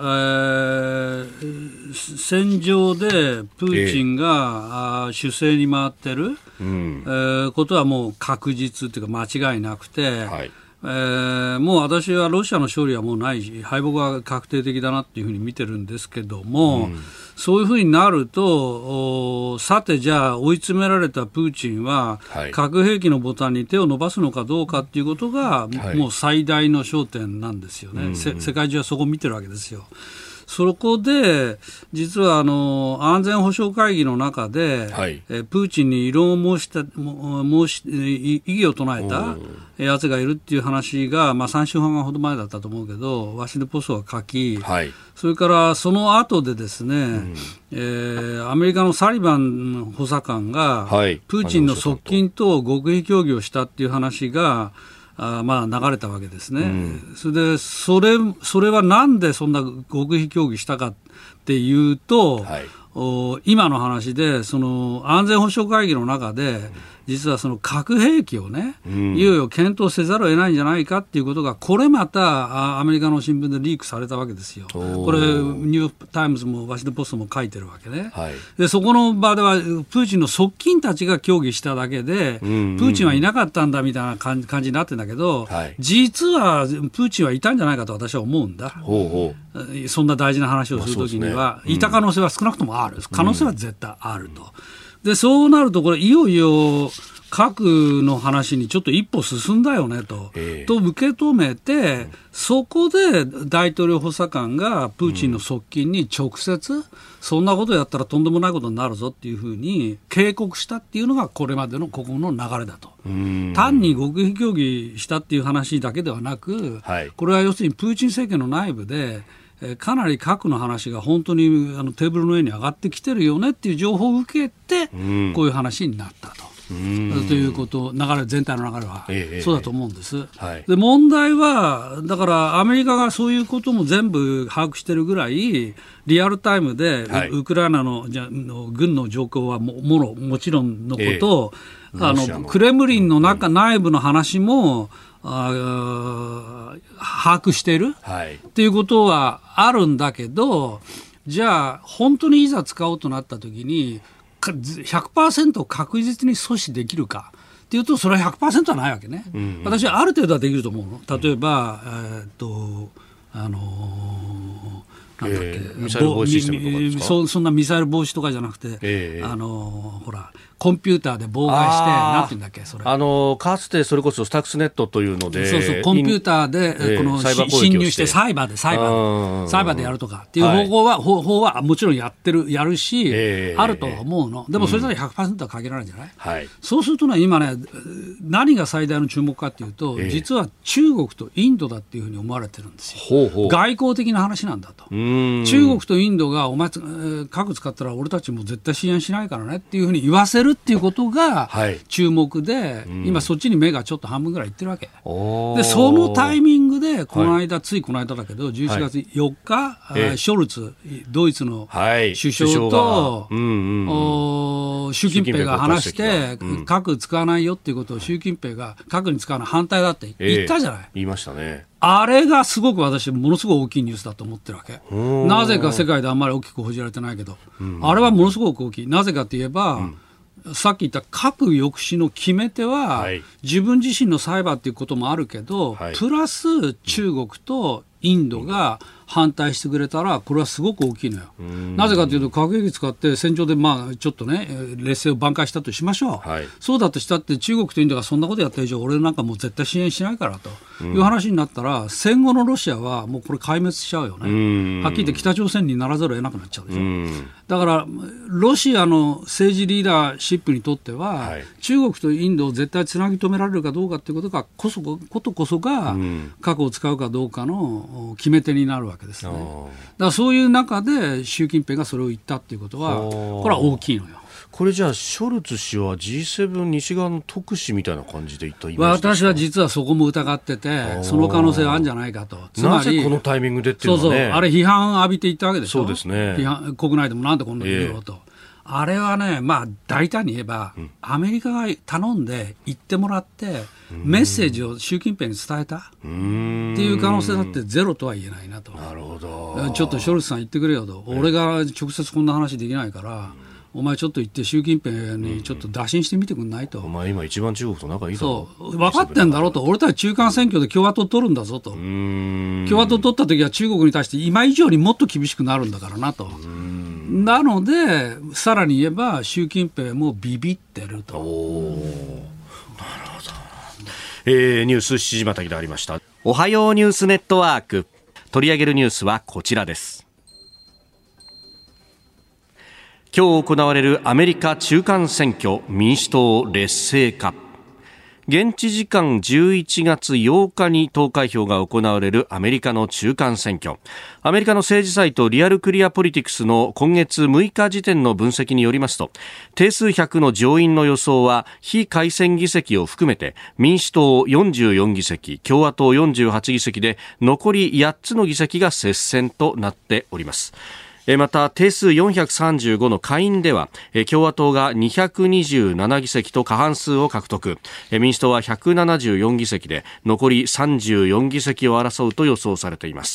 ー、戦場でプーチンが、えー、主勢に回ってる、うん、えー、ことはもう確実というか間違いなくて、はい、 えー、もう私はロシアの勝利はもうないし敗北は確定的だなっていうふうに見てるんですけども、うん、そういうふうになるとさてじゃあ追い詰められたプーチンは、はい、核兵器のボタンに手を伸ばすのかどうかっていうことが、はい、もう最大の焦点なんですよね、うんうん、世界中はそこを見てるわけですよ。そこで実はあの安全保障会議の中で、はい、えプーチンに異論を申した申し異議を唱えたやつがいるっていう話が、まあ、さんしゅうかんほど前だったと思うけどワシントンポストが書き、はい、それからその後でですね、うんえー、アメリカのサリバン補佐官が、はい、プーチンの側近と極秘協議をしたっていう話があまあ流れたわけですね、うん、それでそれ、それはなんでそんな極秘協議したかっていうと、はい、お今の話でその安全保障会議の中で、うん実はその核兵器をね、うん、いよいよ検討せざるを得ないんじゃないかっていうことがこれまたアメリカの新聞でリークされたわけですよ。これニューヨークタイムズもワシントンポストも書いてるわけね、はい、でそこの場ではプーチンの側近たちが協議しただけで、うんうん、プーチンはいなかったんだみたいな感じ、感じになってるんだけど、はい、実はプーチンはいたんじゃないかと私は思うんだ。ほうほうそんな大事な話をするときには、まあねうん、いた可能性は少なくともある可能性は絶対あると、うんでそうなるとこれいよいよ核の話にちょっと一歩進んだよねと、えー、と受け止めて、うん、そこで大統領補佐官がプーチンの側近に直接、うん、そんなことやったらとんでもないことになるぞっていうふうに警告したっていうのがこれまでのここの流れだと。うん単に極秘協議したっていう話だけではなく、はい、これは要するにプーチン政権の内部でかなり核の話が本当にあのテーブルの上に上がってきてるよねっていう情報を受けて、うん、こういう話になったと、うん、ということ流れ全体の流れは、ええ、そうだと思うんです、はい、で問題はだからアメリカがそういうことも全部把握してるぐらいリアルタイムで、はい、ウクライナの、じゃの軍の状況は も, も, ろもちろんのことを、ええ、あのクレムリンの中、うん、内部の話もあ把握している、はい、っていうことはあるんだけどじゃあ本当にいざ使おうとなったときに ひゃくパーセント 確実に阻止できるかっていうとそれは ひゃくパーセント はないわけね、うんうん、私はある程度はできると思うの。例えば、うんえー、っとあのーなんだっけ、えー、ミサイル防止システムとかですか。 そ, そんなミサイル防止とかじゃなくて、えー、あのー、ほらコンピューターで妨害してなんていうんだっけそれあのかつてそれこそスタックスネットというのでそうそうコンピューターでこの、えー、侵入してサイバーでサイバーでサイバーでやるとかっていう方法は、はい、方法はもちろんやってるやるし、えー、あるとは思うの。でもそれぞれ ひゃくパーセント は限らないんじゃない、はい、そうするとね今ね何が最大の注目かっていうと、えー、実は中国とインドだっていうふうに思われてるんですよ。ほうほう外交的な話なんだと。中国とインドがお前核使ったら俺たちも絶対支援しないからねっていうふうに言わせるっていうことが注目で、はいうん、今そっちに目がちょっと半分ぐらいいってるわけでそのタイミングでこの間、はい、ついこの間だけどじゅういちがつよっか、はい、ショルツドイツの首相と、はいうんうん、習近平が話して、うん、核使わないよっていうことを習近平が核に使わない反対だって言ったじゃない、えー、 言いましたね。 あれがすごく私ものすごく大きいニュースだと思ってるわけ。なぜか世界であんまり大きく報じられてないけど、うん、あれはものすごく大きい。なぜかといえば、うん、さっき言った核抑止の決め手は、はい、自分自身のサイバーっていうこともあるけど、はい、プラス中国とインドが反対してくれたらこれはすごく大きいのよ。なぜかというと核兵器使って戦場でまあちょっとね劣勢を挽回したとしましょう、はい、そうだとしたって中国とインドがそんなことやった以上俺なんかもう絶対支援しないからという話になったら、うん、戦後のロシアはもうこれ壊滅しちゃうよね。はっきり言って北朝鮮にならざるを得なくなっちゃうでしょ。だからロシアの政治リーダーシップにとっては、はい、中国とインドを絶対つなぎ止められるかどうかということがこそことこそが、うん、核を使うかどうかの決め手になるわけですね。だからそういう中で習近平がそれを言ったということはこれは大きいのよ。 これじゃあショルツ氏は ジーセブン 西側の特使みたいな感じで言ったイメージですか。 私は実はそこも疑っててその可能性はあるんじゃないかと。つまりなぜこのタイミングでっていうのはね。 そうそうあれ批判浴びていったわけでしょ。 そうですね。 批判国内でもなんでこんなに言うのと、えーあれはね、まあ、大胆に言えば、うん、アメリカが頼んで行ってもらってメッセージを習近平に伝えたっていう可能性だってゼロとは言えないなと。 なるほど。 ちょっとショルツさん言ってくれよと、えー、俺が直接こんな話できないからお前ちょっと行って習近平にちょっと打診してみてくんないと、 お前今一番中国と仲いいだろう、そう分かってんだろうと、俺たち中間選挙で共和党取るんだぞと、うーん、共和党取った時は中国に対して今以上にもっと厳しくなるんだからなと、うーん、なのでさらに言えば習近平もビビってると。おー、なるほど。えー、ニュースしちじまたぎでありました。おはようニュースネットワーク、取り上げるニュースはこちらです。今日行われるアメリカ中間選挙、民主党劣勢か。現地時間じゅういちがつようかに投開票が行われるアメリカの中間選挙。アメリカの政治サイトリアルクリアポリティクスの今月むいか時点の分析によりますと、定数ひゃくの上院の予想は非改選議席を含めて民主党よんじゅうよんぎせき、共和党よんじゅうはちぎせきで残りやっつの議席が接戦となっております。また定数よんひゃくさんじゅうごの下院では共和党がにひゃくにじゅうななぎせきと過半数を獲得、民主党はひゃくななじゅうよんぎせきで残りさんじゅうよんぎせきを争うと予想されています。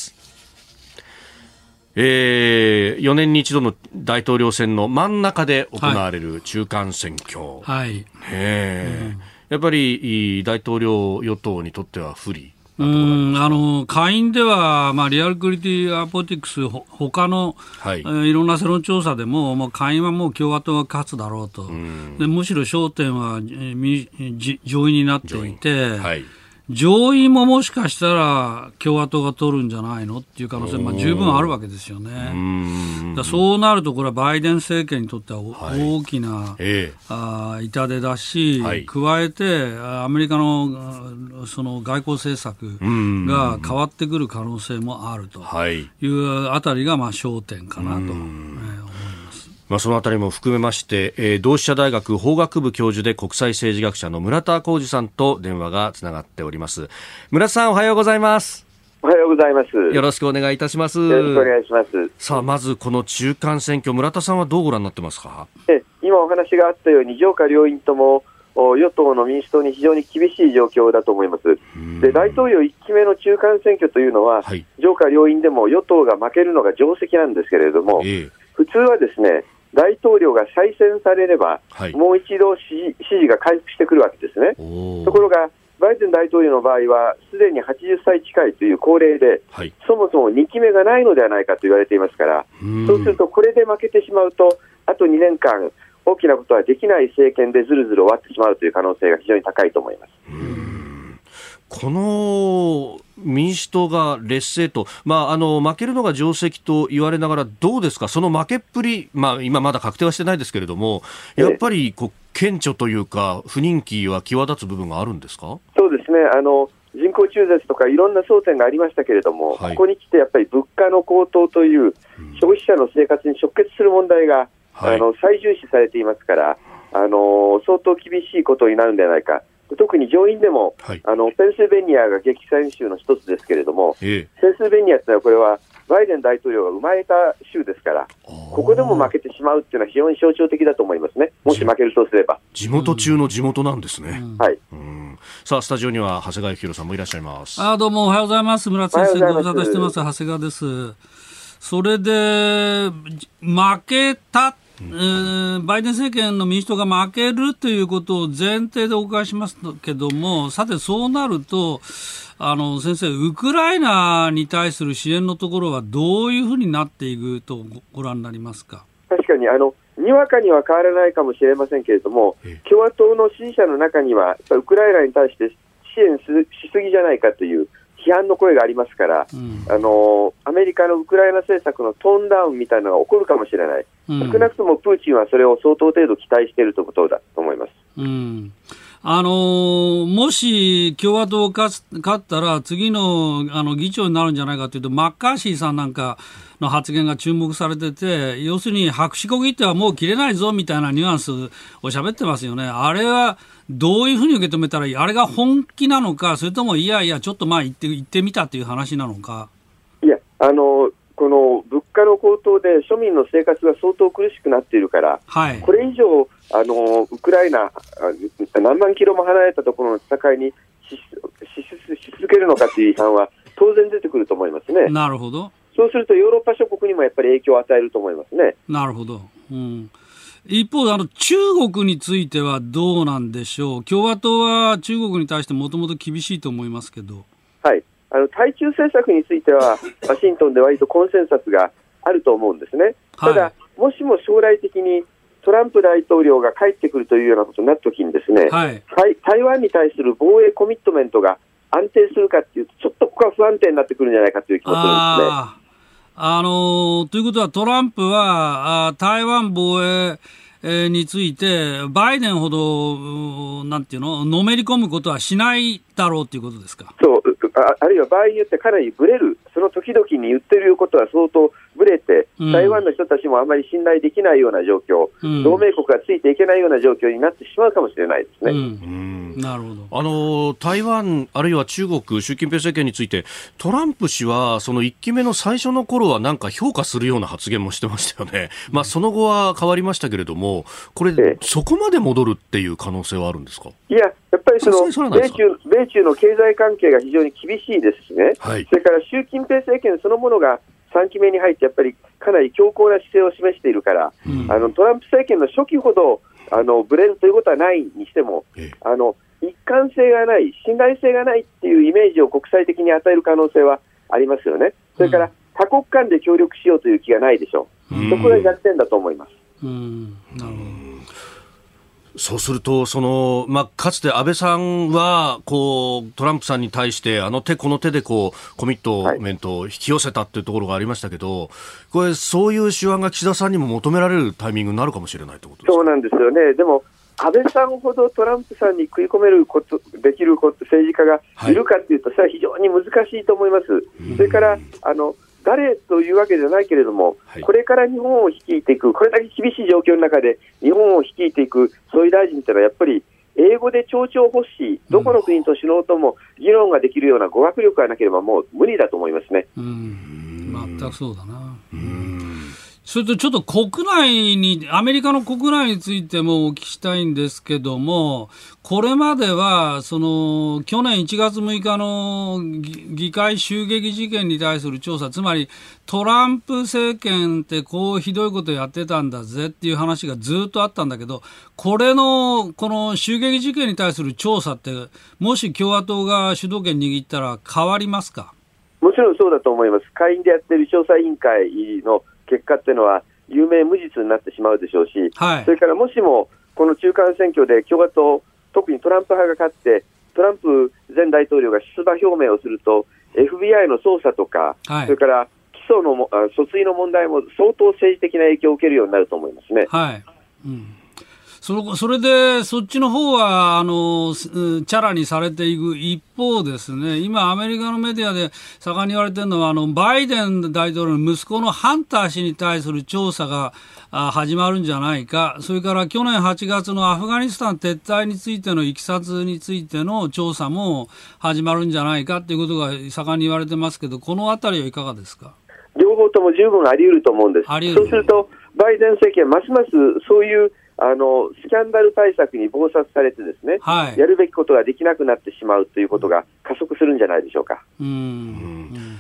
えー、よねんに一度の大統領選の真ん中で行われる中間選挙、はい、えーうん、やっぱり大統領与党にとっては不利。 うんあの下院では、まあ、リアルクリティアポティクスほ他の、はいえー、いろんな世論調査でも、もう下院はもう共和党が勝つだろうと、でむしろ焦点は、えー、上院になっていて、はい、上院ももしかしたら共和党が取るんじゃないのっていう可能性、まあ、十分あるわけですよね。うんだそうなるとこれはバイデン政権にとっては大きな、はいえー、あ痛手だし、はい、加えてアメリカのその外交政策が変わってくる可能性もあるというあたりがまあ焦点かなと、えー、思います。 まあ、そのあたりも含めまして、えー、同志社大学法学部教授で国際政治学者の村田浩二さんと電話がつながっております。村田さん、おはようございます。 おはようございます。 よろしくお願いいたします。 よろしくお願いします。 さあ、まずこの中間選挙、村田さんはどうご覧になってますか。 え今お話があったように上下両院とも与党の民主党に非常に厳しい状況だと思います。で大統領いっきめの中間選挙というのは、はい、上下両院でも与党が負けるのが定石なんですけれども、えー、普通はですね大統領が再選されれば、はい、もう一度支持、支持が回復してくるわけですね。ところがバイデン大統領の場合はすでにはちじゅっさい近いという高齢で、はい、そもそもにきめがないのではないかと言われていますから、そうするとこれで負けてしまうとあとにねんかん大きなことはできない政権でずるずる終わってしまうという可能性が非常に高いと思います。 うーんこの民主党が劣勢と、まあ、あの負けるのが定石と言われながらどうですか、その負けっぷり、まあ、今まだ確定はしてないですけれども、やっぱりこう顕著というか不人気は際立つ部分があるんですか。 そうですね、あの人口中絶とかいろんな争点がありましたけれども、はい、ここに来てやっぱり物価の高騰という消費者の生活に直結する問題が、うん、あの最重視されていますから、あの相当厳しいことになるんじゃないか。特に上院でも、はい、あのペンシルベニアが激戦州の一つですけれども、ええ、ペンシルベニアというのはこれはバイデン大統領が生まれた州ですから、ここでも負けてしまうというのは非常に象徴的だと思いますね。もし負けるとすれば地元中の地元なんですね、 うんはいうん、 さあスタジオには長谷川幸宏さんもいらっしゃいます。 あどうもおはようございます。村田先生ご無沙汰してます長谷川です。それで負けたえー、バイデン政権の民主党が負けるということを前提でお伺いしますけども、さてそうなるとあの先生ウクライナに対する支援のところはどういうふうになっていくとご覧になりますか。 確かにあのにわかには変わらないかもしれませんけれども、共和党の支持者の中にはウクライナに対して支援しすぎじゃないかという批判の声がありますから、うん、あのアメリカのウクライナ政策のトーンダウンみたいなのが起こるかもしれない、うん、少なくともプーチンはそれを相当程度期待しているということだと思います。 うんあのー、もし共和党が勝ったら次の、あの議長になるんじゃないかというとマッカーシーさんなんかの発言が注目されてて、要するに白紙小切手はもう切れないぞみたいなニュアンスを喋ってますよね。あれはどういうふうに受け止めたらいい、あれが本気なのか、それともいやいやちょっとまあ言って、言ってみたという話なのか。 いやあのこの物価の高騰で庶民の生活が相当苦しくなっているから、はい、これ以上あのウクライナ何万キロも離れたところの戦いに し, し, し続けるのかという批判は当然出てくると思いますね。 なるほど。 そうするとヨーロッパ諸国にもやっぱり影響を与えると思いますね。 なるほど、うん一方、あの中国についてはどうなんでしょう。共和党は中国に対してもともと厳しいと思いますけど。 はい、あの対中政策についてはワシントンで割とコンセンサスがあると思うんですね。ただ、はい、もしも将来的にトランプ大統領が帰ってくるというようなことになったときにですね、はい、台湾に対する防衛コミットメントが安定するかというと、ちょっとここは不安定になってくるんじゃないかという気もするんですね。あ、 あのー、ということはトランプはあ台湾防衛についてバイデンほどなんていうののめり込むことはしないだろうということですか。 そう、 あ, あるいは場合によってかなりブレる、その時々に言ってることは相当ブレて、うん、台湾の人たちもあまり信頼できないような状況、うん、同盟国がついていけないような状況になってしまうかもしれないですね。うん、 なるほど。 あの台湾あるいは中国習近平政権についてトランプ氏はそのいっきめの最初の頃はなんか評価するような発言もしてましたよね。まあ、その後は変わりましたけれども、これ、ええ、そこまで戻るっていう可能性はあるんですか。 いや、やっぱりその米中、米中の経済関係が非常に厳しいですしね、はい、それから習近平政権そのものがさんきめに入ってやっぱりかなり強硬な姿勢を示しているから、うん、あのトランプ政権の初期ほどあのブレるということはないにしても、ええ、あの一貫性がない、信頼性がないっていうイメージを国際的に与える可能性はありますよね。それから多国間で協力しようという気がないでしょう。うん、そこが逆転だと思います。 うん、なるほど。 そうするとその、まあ、かつて安倍さんはこうトランプさんに対してあの手この手でこうコミットメントを引き寄せたというところがありましたけど、はい、これそういう手腕が岸田さんにも求められるタイミングになるかもしれないということですか。 そうなんですよね。でも安倍さんほどトランプさんに食い込めることできること政治家がいるかというと、はい、それは非常に難しいと思います。それからあの誰というわけじゃないけれども、はい、これから日本を率いていく、これだけ厳しい状況の中で日本を率いていく総理大臣というのはやっぱり英語で丁々欲しい、どこの国と首脳とも議論ができるような語学力がなければもう無理だと思いますね。 うん、全くそうだな。うん、それとちょっと国内に、アメリカの国内についてもお聞きしたいんですけども、これまではその去年いちがつむいかの議会襲撃事件に対する調査、つまりトランプ政権ってこうひどいことやってたんだぜっていう話がずっとあったんだけど、これのこの襲撃事件に対する調査ってもし共和党が主導権握ったら変わりますか。 もちろんそうだと思います。下院でやっている調査委員会の結果っていうのは有名無実になってしまうでしょうし、はい、それからもしもこの中間選挙で共和党、特にトランプ派が勝ってトランプ前大統領が出馬表明をすると エフビーアイ の捜査とか、はい、それから起訴のも訴追の問題も相当政治的な影響を受けるようになると思いますね。 はい、うん、そ, それでそっちの方はあのチャラにされていく一方ですね、今アメリカのメディアで盛んに言われているのはあのバイデン大統領の息子のハンター氏に対する調査が始まるんじゃないか、それから去年はちがつのアフガニスタン撤退についてのいきさつについての調査も始まるんじゃないかということが盛んに言われてますけど、このあたりはいかがですか。 両方とも十分あり得ると思うんです。そうするとバイデン政権ますますそういうあのスキャンダル対策に忙殺されてですね、はい、やるべきことができなくなってしまうということが加速するんじゃないでしょうか。 うん、うん、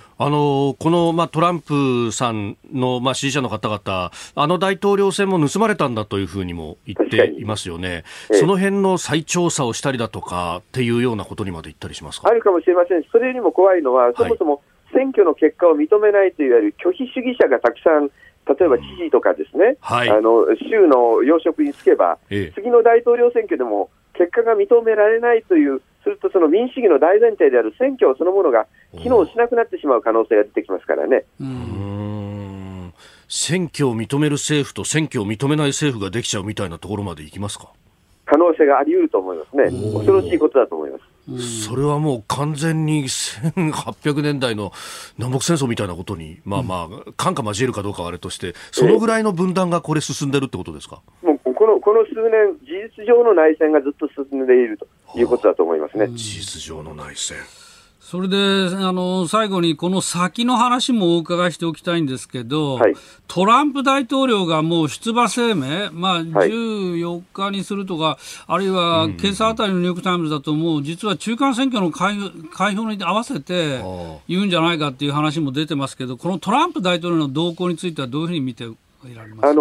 あのこの、まあ、トランプさんの、まあ、支持者の方々、あの大統領選も盗まれたんだというふうにも言っていますよね。ええ、その辺の再調査をしたりだとかっていうようなことにまで言ったりしますか。 あるかもしれませんし、それよりも怖いのはそもそも選挙の結果を認めないといわれる拒否主義者がたくさん、例えば知事とかですね、うん、はい、あの州の要職に就けば、ええ、次の大統領選挙でも結果が認められないという、するとその民主主義の大前提である選挙そのものが機能しなくなってしまう可能性が出てきますからね。 うーん、選挙を認める政府と選挙を認めない政府ができちゃうみたいなところまでいきますか。 可能性があり得ると思いますね。恐ろしいことだと思います。 それはもう完全にせんはっぴゃくねんだいの南北戦争みたいなことに、まあまあ、感化交えるかどうかはあれとして、そのぐらいの分断がこれ進んでるってことですか。 もうこの、この数年、事実上の内戦がずっと進んでいるということだと思いますね。 事実上の内戦。 それであの最後にこの先の話もお伺いしておきたいんですけど、はい、トランプ大統領がもう出馬声明、まあ、じゅうよっかにするとか、はい、あるいは今朝あたりのニューヨークタイムズだともう実は中間選挙の開票に合わせて言うんじゃないかっていう話も出てますけど、このトランプ大統領の動向についてはどういうふうに見ていられますか。 あの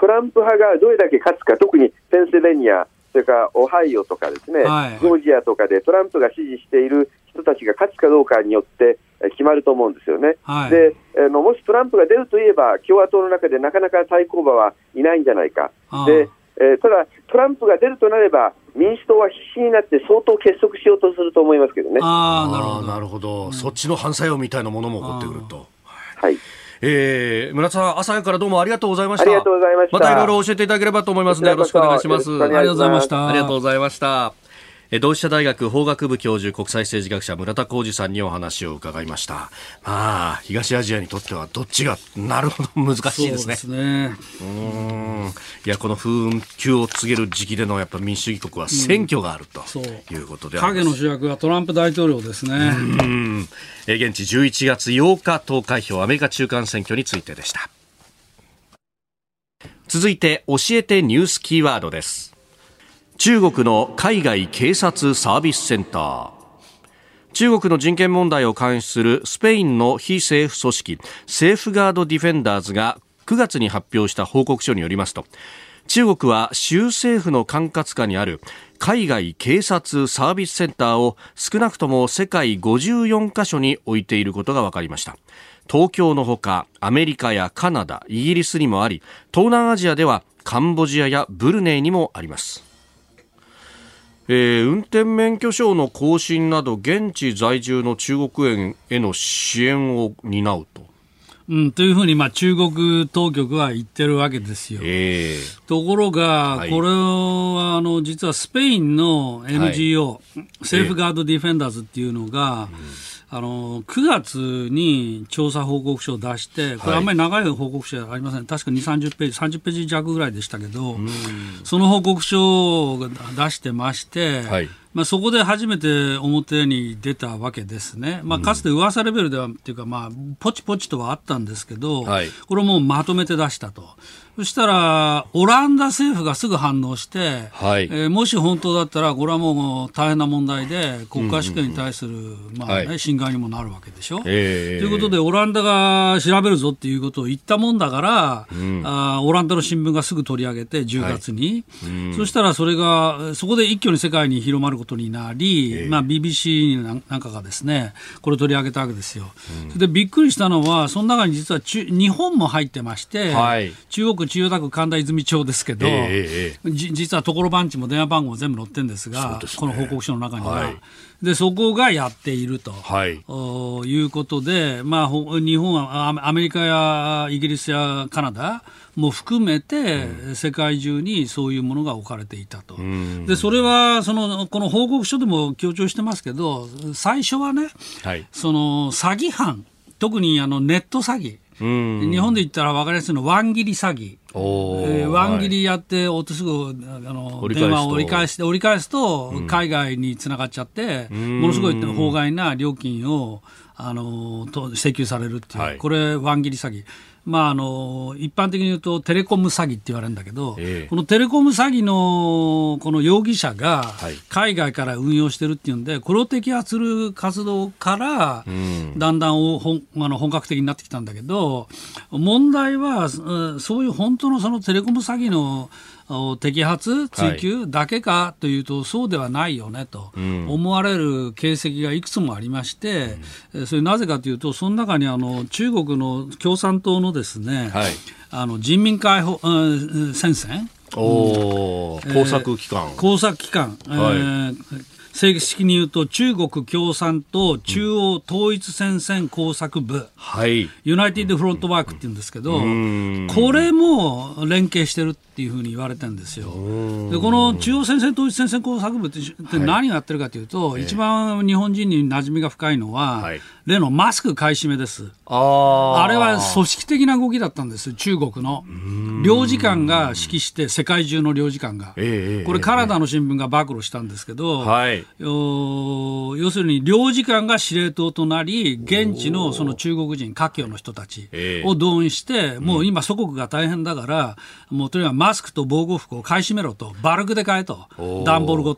トランプ派がどれだけ勝つか、特にペンシルベニア、それからオハイオとかですね、はい、ジョージアとかでトランプが支持している人たちが勝つかどうかによって決まると思うんですよね。はい、であのもしトランプが出るといえば共和党の中でなかなか対抗馬はいないんじゃないか。で、えー、ただトランプが出るとなれば民主党は必死になって相当結束しようとすると思いますけどね。 ああ、なるほど、なるほど、うん、そっちの反作用みたいなものも起こってくると。 はい、 えー、村田さん、朝からどうもありがとうございました。 ありがとうございました。 またいろいろ教えていただければと思いますのでよろしくお願いします。 ありがとうございました。 ありがとうございました。同志社大学法学部教授、国際政治学者村田浩二さんにお話を伺いました。まあ、東アジアにとってはどっちがなるほど難しいですね。 そうですね。 うーん、いや、この紛糾を告げる時期でのやっぱ民主主義国は選挙があるということで、うん、 影の主役はトランプ大統領ですね。 うん、え現地じゅういちがつようか投開票、アメリカ中間選挙についてでした。続いて教えてニュースキーワードです。中国の海外警察サービスセンター。中国の人権問題を監視するスペインの非政府組織セーフガードディフェンダーズがくがつに発表した報告書によりますと、中国は州政府の管轄下にある海外警察サービスセンターを少なくとも世界ごじゅうよんかしょに置いていることが分かりました。東京のほかアメリカやカナダ、イギリスにもあり、東南アジアではカンボジアやブルネイにもあります。えー、運転免許証の更新など現地在住の中国への支援を担うと、 うん、というふうに、まあ、中国当局は言ってるわけですよ。えー、ところが、はい、これはあの実はスペインの エヌジーオー、はい、セーフガードディフェンダーズっていうのが、えーあのくがつに調査報告書を出して、これあんまり長い報告書じゃありません、はい、確かにじゅう、さんじゅっページ、さんじゅっページ弱ぐらいでしたけど、その報告書を出してまして、はい、まあ、そこで初めて表に出たわけですね。まあ、かつて噂レベルではっていうか、まあ、ポチポチとはあったんですけど、はい、これをもうまとめて出したと。そしたらオランダ政府がすぐ反応して、はい、えー、もし本当だったらこれはもう大変な問題で国家主権に対する、うんうんうん、まあね、はい、侵害にもなるわけでしょ、えー、ということでオランダが調べるぞっていうことを言ったもんだから、うん、あオランダの新聞がすぐ取り上げてじゅうがつに、はい、うん、そしたらそれがそこで一挙に世界に広まることになり、えーまあ、ビービーシー なんかがですねこれを取り上げたわけですよ、うん、それでびっくりしたのはその中に実は日本も入ってまして、はい、中国千代田区神田泉町ですけど、えー、じ実は所番地も電話番号も全部載ってるんですが、ですね、この報告書の中には、はい、でそこがやっていると、はい、いうことで、まあ、日本はアメリカやイギリスやカナダも含めて、うん、世界中にそういうものが置かれていたと、うん、でそれはそのこの報告書でも強調してますけど最初はね、はい、その詐欺犯特にあのネット詐欺、うん、日本で言ったら分かりやすいのワン切り詐欺、えー、ワン切りやって、はい、すぐあの電話を折り返して折り返すと、うん、海外につながっちゃって、うん、ものすごい法外な料金をあのと請求されるっていう、はい、これワン切り詐欺、まあ、あの一般的に言うとテレコム詐欺って言われるんだけど、えー、このテレコム詐欺のこの容疑者が海外から運用してるっていうんで、これを摘発する活動からだんだん本あの本格的になってきたんだけど、問題はそういう本当のそのテレコム詐欺の摘発追及だけかというと、はい、そうではないよねと思われる形跡がいくつもありまして、うん、それなぜかというとその中にあの中国の共産党のですね、はい、あの人民解放、うん、戦線、 おー、工作機関、 えー、工作機関、はい、えー正式に言うと中国共産党中央統一戦線工作部、はい、ユナイテッドフロントワークって言うんですけど、これも連携してるっていうふうに言われてるんですよ。でこの中央戦線統一戦線工作部って何をやってるかというと、はい、一番日本人に馴染みが深いのは、はい、例のマスク買い占めです。あ, あれは組織的な動きだったんです。中国の領事館が指揮して、世界中の領事館が、えー、これカナダの新聞が暴露したんですけど、はい、要するに領事館が司令塔となり、現地のその中国人華僑の人たちを動員して、えー、もう今祖国が大変だから、もうとにかくマスクと防護服を買い占めろと、バルクで買えと、段ボールごと。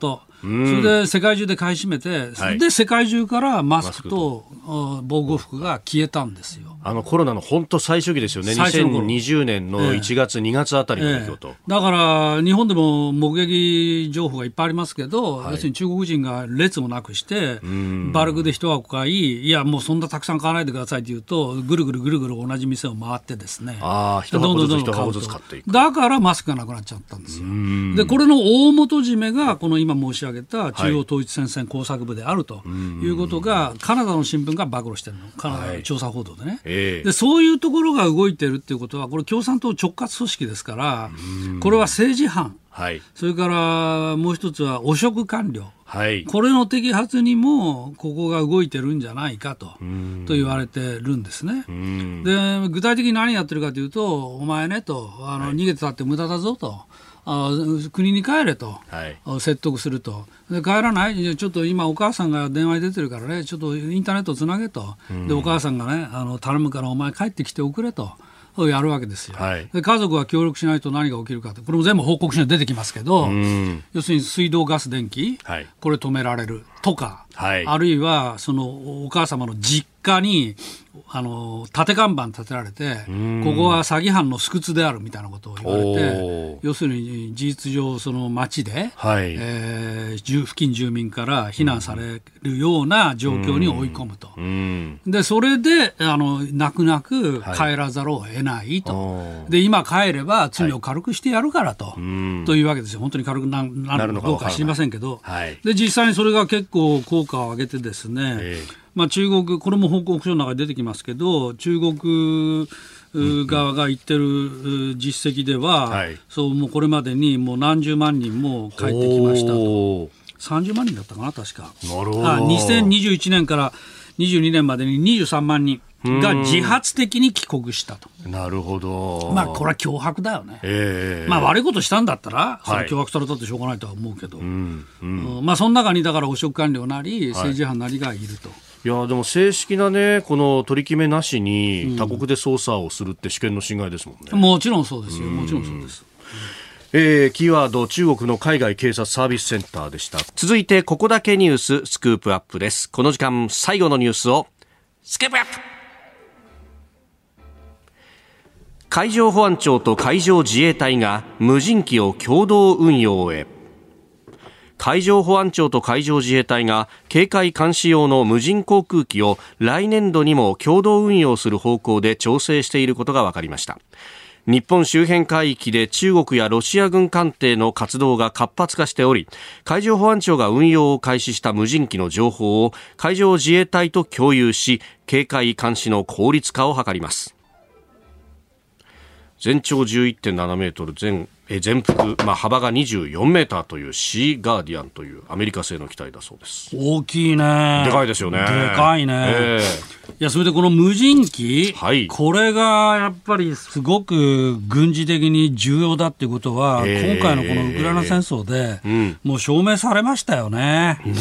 それで世界中で買い占めて、それで世界中からマスクと防護服が消えたんですよ。 あのコロナの本当最初期ですよね。にせんにじゅうねんのいちがつ、えー、にがつあたりの出来事、 えー、だから日本でも目撃情報がいっぱいありますけど、はい、要するに中国人が列もなくしてバルクで一箱買い、いやもうそんなたくさん買わないでくださいと言うと、ぐるぐるぐるぐる同じ店を回ってですね、 あ一箱ずつ一箱ずつ買っていく。 だからマスクがなくなっちゃったんですよ。でこれの大元締めがこの今申し上げた中央統一戦線工作部であるということがカナダの新聞が暴露してるの、カナダの調査報道でね、はい、でそういうところが動いてるっていうことは、これ共産党直轄組織ですから、これは政治犯、はい、それからもう一つは汚職官僚、はい、これの摘発にもここが動いてるんじゃないかとと言われてるんですね。で具体的に何やってるかというと、お前ねと、あの、はい、逃げてたって無駄だぞと、あ国に帰れと、はい、説得すると。で帰らない、ちょっと今お母さんが電話に出てるからね、ちょっとインターネットつなげと、でお母さんがね、あの頼むからお前帰ってきておくれとやるわけですよ、はい、で家族は協力しないと何が起きるかって、これも全部報告書に出てきますけど、要するに水道ガス電気、はい、これ止められるとか、はい、あるいはそのお母様の実家にあの縦看板立てられて、ここは詐欺犯の巣窟であるみたいなことを言われて、要するに事実上その町で、はいえー、付近住民から避難されるような状況に追い込むと。でそれであの泣く泣く帰らざるを得ないと、はい、で今帰れば罪を軽くしてやるからと、はい、というわけですよ。本当に軽くな, なるのかどうか知りませんけど、はい、で実際にそれが結構効果を上げてですね、えーまあ、中国、これも報告書の中で出てきますけど、中国側が言ってる実績では、はい、そうもうこれまでにもう何十万人も帰ってきましたと。さんじゅうまんにんだったかな確か。なるほど。あにせんにじゅういちねんからにじゅうにねんまでににじゅうさんまんにんが自発的に帰国したと。 なるほど。 まあこれは脅迫だよね、えー、まあ悪いことしたんだったらそれ脅迫されたってしょうがないとは思うけど、はいうんうんまあ、その中にだから汚職官僚なり政治犯なりがいると、はいいやでも正式な、ね、この取り決めなしに他国で捜査をするって主権の侵害ですもんね、 うん、もちろんそうですよ、もちろんそうです、 えー、キーワード中国の海外警察サービスセンターでした。続いてここだけニューススクープアップです。この時間最後のニュースをスクープアップ。海上保安庁と海上自衛隊が無人機を共同運用へ。海上保安庁と海上自衛隊が警戒監視用の無人航空機を来年度にも共同運用する方向で調整していることが分かりました。日本周辺海域で中国やロシア軍艦艇の活動が活発化しており、海上保安庁が運用を開始した無人機の情報を海上自衛隊と共有し、警戒監視の効率化を図ります。全長 じゅういってんななメートル、全え全幅、まあ、幅がにじゅうよんメーターというシーガーディアンというアメリカ製の機体だそうです。 大きいね。 でかいですよね。 でかいね、えー、いやそれでこの無人機、はい、これがやっぱりすごく軍事的に重要だっていうことは、えー、今回のこのウクライナ戦争で、うん、もう証明されましたよね、うん、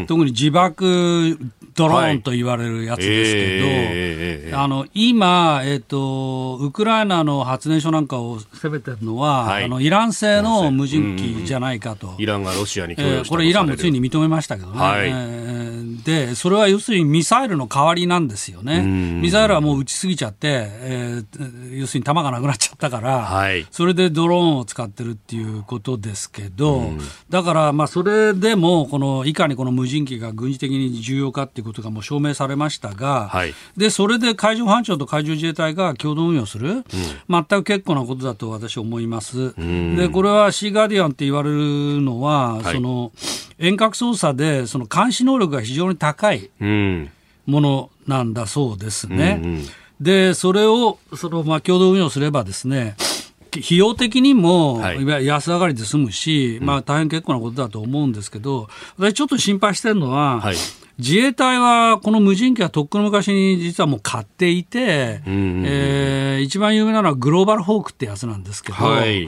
特に自爆ドローンと言われるやつですけど、はいえー、あの今、えーと、ウクライナの発電所なんかを攻めてるのは、はい、あのイラン製の無人機じゃないかと、うんうん、 イランがロシアに供与したとされる、えー、これイランもついに認めましたけどね、はいえー、でそれは要するにミサイルの代わりなんですよね。ミサイルはもう撃ちすぎちゃって、えー、要するに弾がなくなっちゃったから、はい、それでドローンを使ってるっていうことですけど、だからまあそれでもこのいかにこの無人機が軍事的に重要かっていうことがもう証明されましたが、はい、でそれで海上保安庁と海上自衛隊が共同運用する、うん、全く結構なことだと私は思います。でこれはシーガーディアンって言われるのは、はい、その遠隔操作でその監視能力が非常に高いものなんだそうですね、うんうん、でそれをその、まあ、共同運用すればですね、費用的にも、はい、いわゆる安上がりで済むし、まあ、大変結構なことだと思うんですけど、私ちょっと心配してるのは、はい、自衛隊はこの無人機はとっくの昔に実はもう買っていて、うんうんうんえー、一番有名なのはグローバルホークってやつなんですけど、はい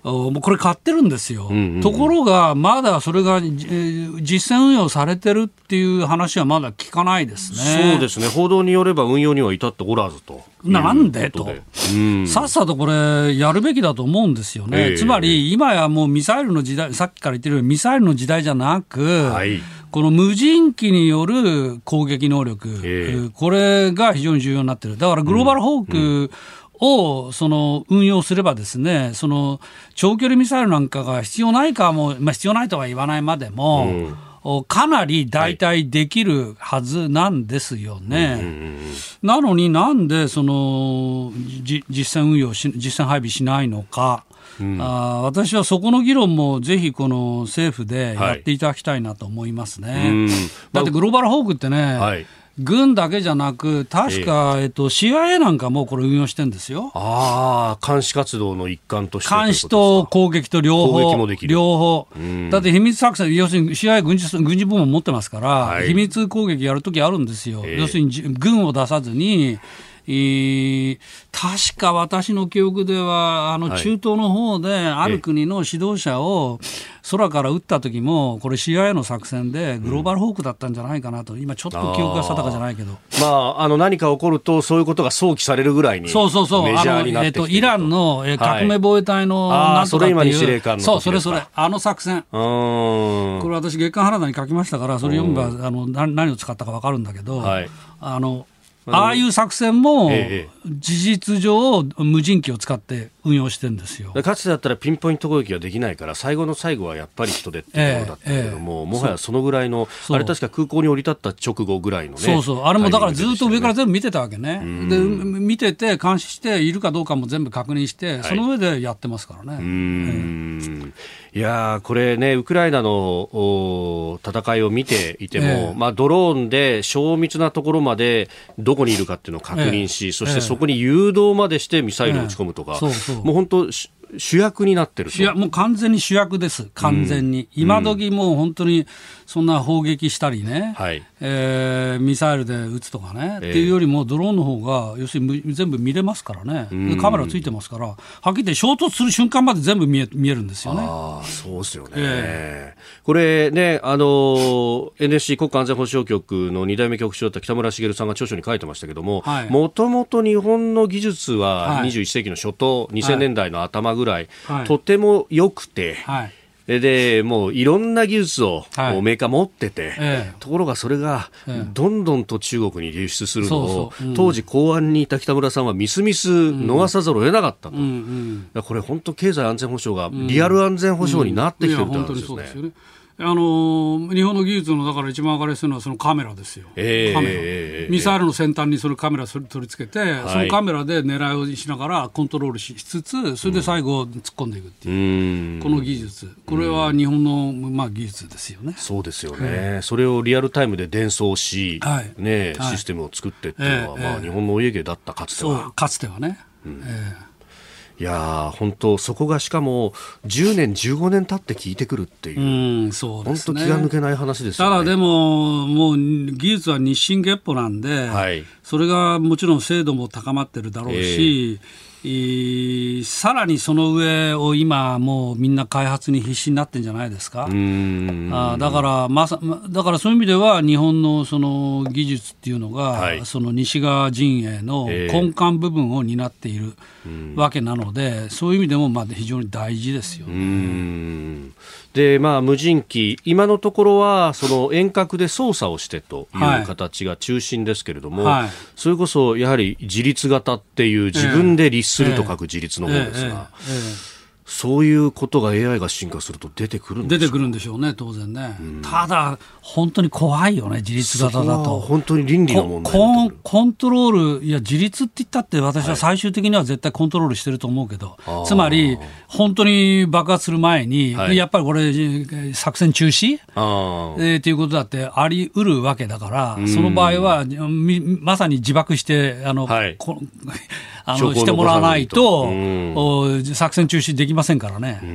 もうこれ買ってるんですよ、 うんうんうん、 ところがまだそれが、えー、実践運用されてるっていう話はまだ聞かないですね。 そうですね、報道によれば運用には至っておらずと。 なんでと、うん、さっさとこれやるべきだと思うんですよね、えー、つまり今やもうミサイルの時代、さっきから言ってるようにミサイルの時代じゃなく、はい、この無人機による攻撃能力、えー、これが非常に重要になってる。だからグローバルホーク、うんうんをその運用すればですね、その長距離ミサイルなんかが必要ないかも、まあ、必要ないとは言わないまでも、うん、かなり代替できるはずなんですよね、はい、なのになんでそのじ実践運用し実践配備しないのか、うん、あ私はそこの議論もぜひこの政府でやっていただきたいなと思いますね、はいうん、だってグローバルホークってね、はい軍だけじゃなく確か、えーえっと、シーアイエー なんかもこれ運用してるんですよ。 ああ、監視活動の一環として監視と攻撃と両方攻撃もできる両方だって秘密作戦、要するに シーアイエー 軍事、軍事部門持ってますから、はい、秘密攻撃やるときあるんですよ、えー、要するに軍を出さずにえー、確か私の記憶ではあの中東の方である国の指導者を空から撃った時もこれ シーアイエー の作戦でグローバルホークだったんじゃないかなと、今ちょっと記憶が定かじゃないけど、 まあ、あの何か起こるとそういうことが想起されるぐらいにメジャーになってきていると。 イランの革命防衛隊のなんとかっていう、 はい、それ今に司令官の時ですか。 そうそれそれあの作戦、これ私月刊原田に書きましたからそれ読めばあの 何, 何を使ったか分かるんだけど、はい、あのああいう作戦も事実上無人機を使って運用してるんですよ。 かつてだったらピンポイント攻撃ができないから最後の最後はやっぱり人でっていうところだったけども、えええ、もはやそのぐらいのあれ確か空港に降り立った直後ぐらいのね。 そうそうあれもだからずっと上から全部見てたわけね。で見てて監視しているかどうかも全部確認して、はい、その上でやってますからね。うーん、いやこれねウクライナの戦いを見ていても、えまあ、ドローンで精密なところまでどこにいるかっていうのを確認し、えそしてそこに誘導までしてミサイルを撃ち込むとか、えそうそうもう本当主役になってると。 主役もう完全に主役です完全に、うん、今時もう本当にそんな砲撃したりね、はいえー、ミサイルで撃つとかね、えー、っていうよりもドローンの方が要するに全部見れますからね、うん、カメラついてますからはっきり言って衝突する瞬間まで全部見え、見えるんですよね。 あそうですよね、えー、これねあの エヌエスシー 国家安全保障局のに代目局長だった北村茂さんが著書に書いてましたけども、もともと日本の技術はにじゅういっ世紀の初頭、はい、にせんねんだいの頭ぐらい、はい、とても良くて、はいでもういろんな技術をメーカー持ってて、はいええ、ところがそれがどんどんと中国に流出するのを、そうそう、うん、当時公安にいた北村さんはみすみす逃さざるを得なかったと、うんうんうん、これ本当経済安全保障がリアル安全保障になってきてるってことですね。 あの日本の技術のだから一番上がりするのはそのカメラですよ、えー、カメラ、えー、ミサイルの先端にそのカメラを取り付けて、はい、そのカメラで狙いをしながらコントロールしつつそれで最後突っ込んでいくっていう、うん、この技術これは日本の、まあ、技術ですよね。 そうですよね、えー、それをリアルタイムで伝送し、はいねはい、システムを作ってっていうのは、えーまあ、日本のお家芸だったかつてはそうかつてはね、うんえーいや本当そこがしかもじゅうねんじゅうごねん経って効いてくるっていう、うん、そうですね、本当気が抜けない話ですよね。 ただでももう技術は日進月歩なんで、はい、それがもちろん精度も高まってるだろうし、えーさらにその上を今もうみんな開発に必死になってるんじゃないですか。うーんあだから、まさ、だからそういう意味では日本のその技術っていうのが、はい、その西側陣営の根幹部分を担っているわけなので、えー、そういう意味でもまあ非常に大事ですよね。うーんでまあ、無人機今のところはその遠隔で操作をしてという形が中心ですけれども、はいはい、それこそやはり自立型っていう自分で立すると書く自立の方ですが、えーえーえーえーそういうことが エーアイ が進化すると出てくるんでしょう出てくるんでしょうね当然ね、うん、ただ本当に怖いよね自立型だと。 本当に倫理の問題コン、コントロールいや自立って言ったって私は最終的には絶対コントロールしてると思うけど、はい、つまり本当に爆発する前に、はい、やっぱりこれ作戦中止あ、えー、っていうことだってあり得るわけだから、うん、その場合はまさに自爆してあの、はいあのしてもらわないと、うん、作戦中止できませんからね。うん、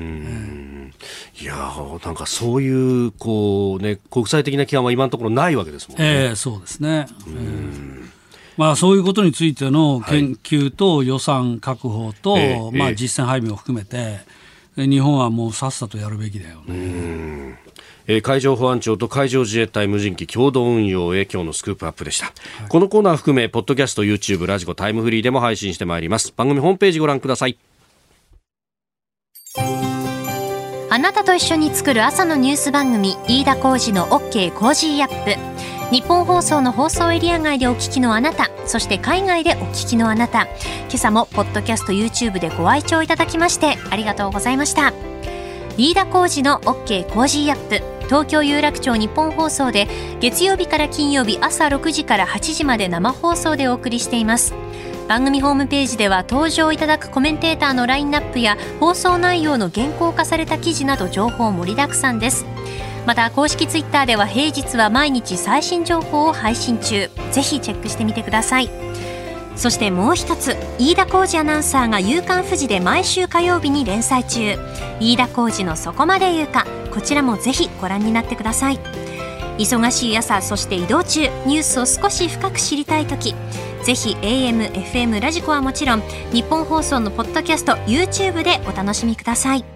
いやなんかそういうこう、ね、国際的な規範は今のところないわけですもんね。 えー、そうですね。うん、えーまあ、そういうことについての研究と予算確保と、はいまあ、実践配備を含めて、 日本はもうさっさとやるべきだよね。うん、えー、海上保安庁と海上自衛隊無人機共同運用へ今日のスクープアップでした、はい、このコーナー含めポッドキャスト YouTube ラジコタイムフリーでも配信してまいります。番組ホームページご覧ください。 あなたと一緒に作る朝のニュース番組、飯田浩司の OK コージーアップ。日本放送の放送エリア外でお聞きのあなた、そして海外でお聞きのあなた、今朝もポッドキャスト YouTube でご愛聴いただきましてありがとうございました。飯田浩司の OK コージーアップ、東京有楽町日本放送で月曜日から金曜日朝ろくじからはちじまで生放送でお送りしています。番組ホームページでは登場いただくコメンテーターのラインナップや放送内容の原稿化された記事など情報盛りだくさんです。また公式ツイッターでは平日は毎日最新情報を配信中、ぜひチェックしてみてください。そしてもう一つ、飯田浩司アナウンサーが夕刊フジで毎週火曜日に連載中、飯田浩司のそこまで言うか、こちらもぜひご覧になってください。忙しい朝、そして移動中、ニュースを少し深く知りたいとき、ぜひ エーエム、エフエム ラジコはもちろん日本放送のポッドキャスト YouTube でお楽しみください。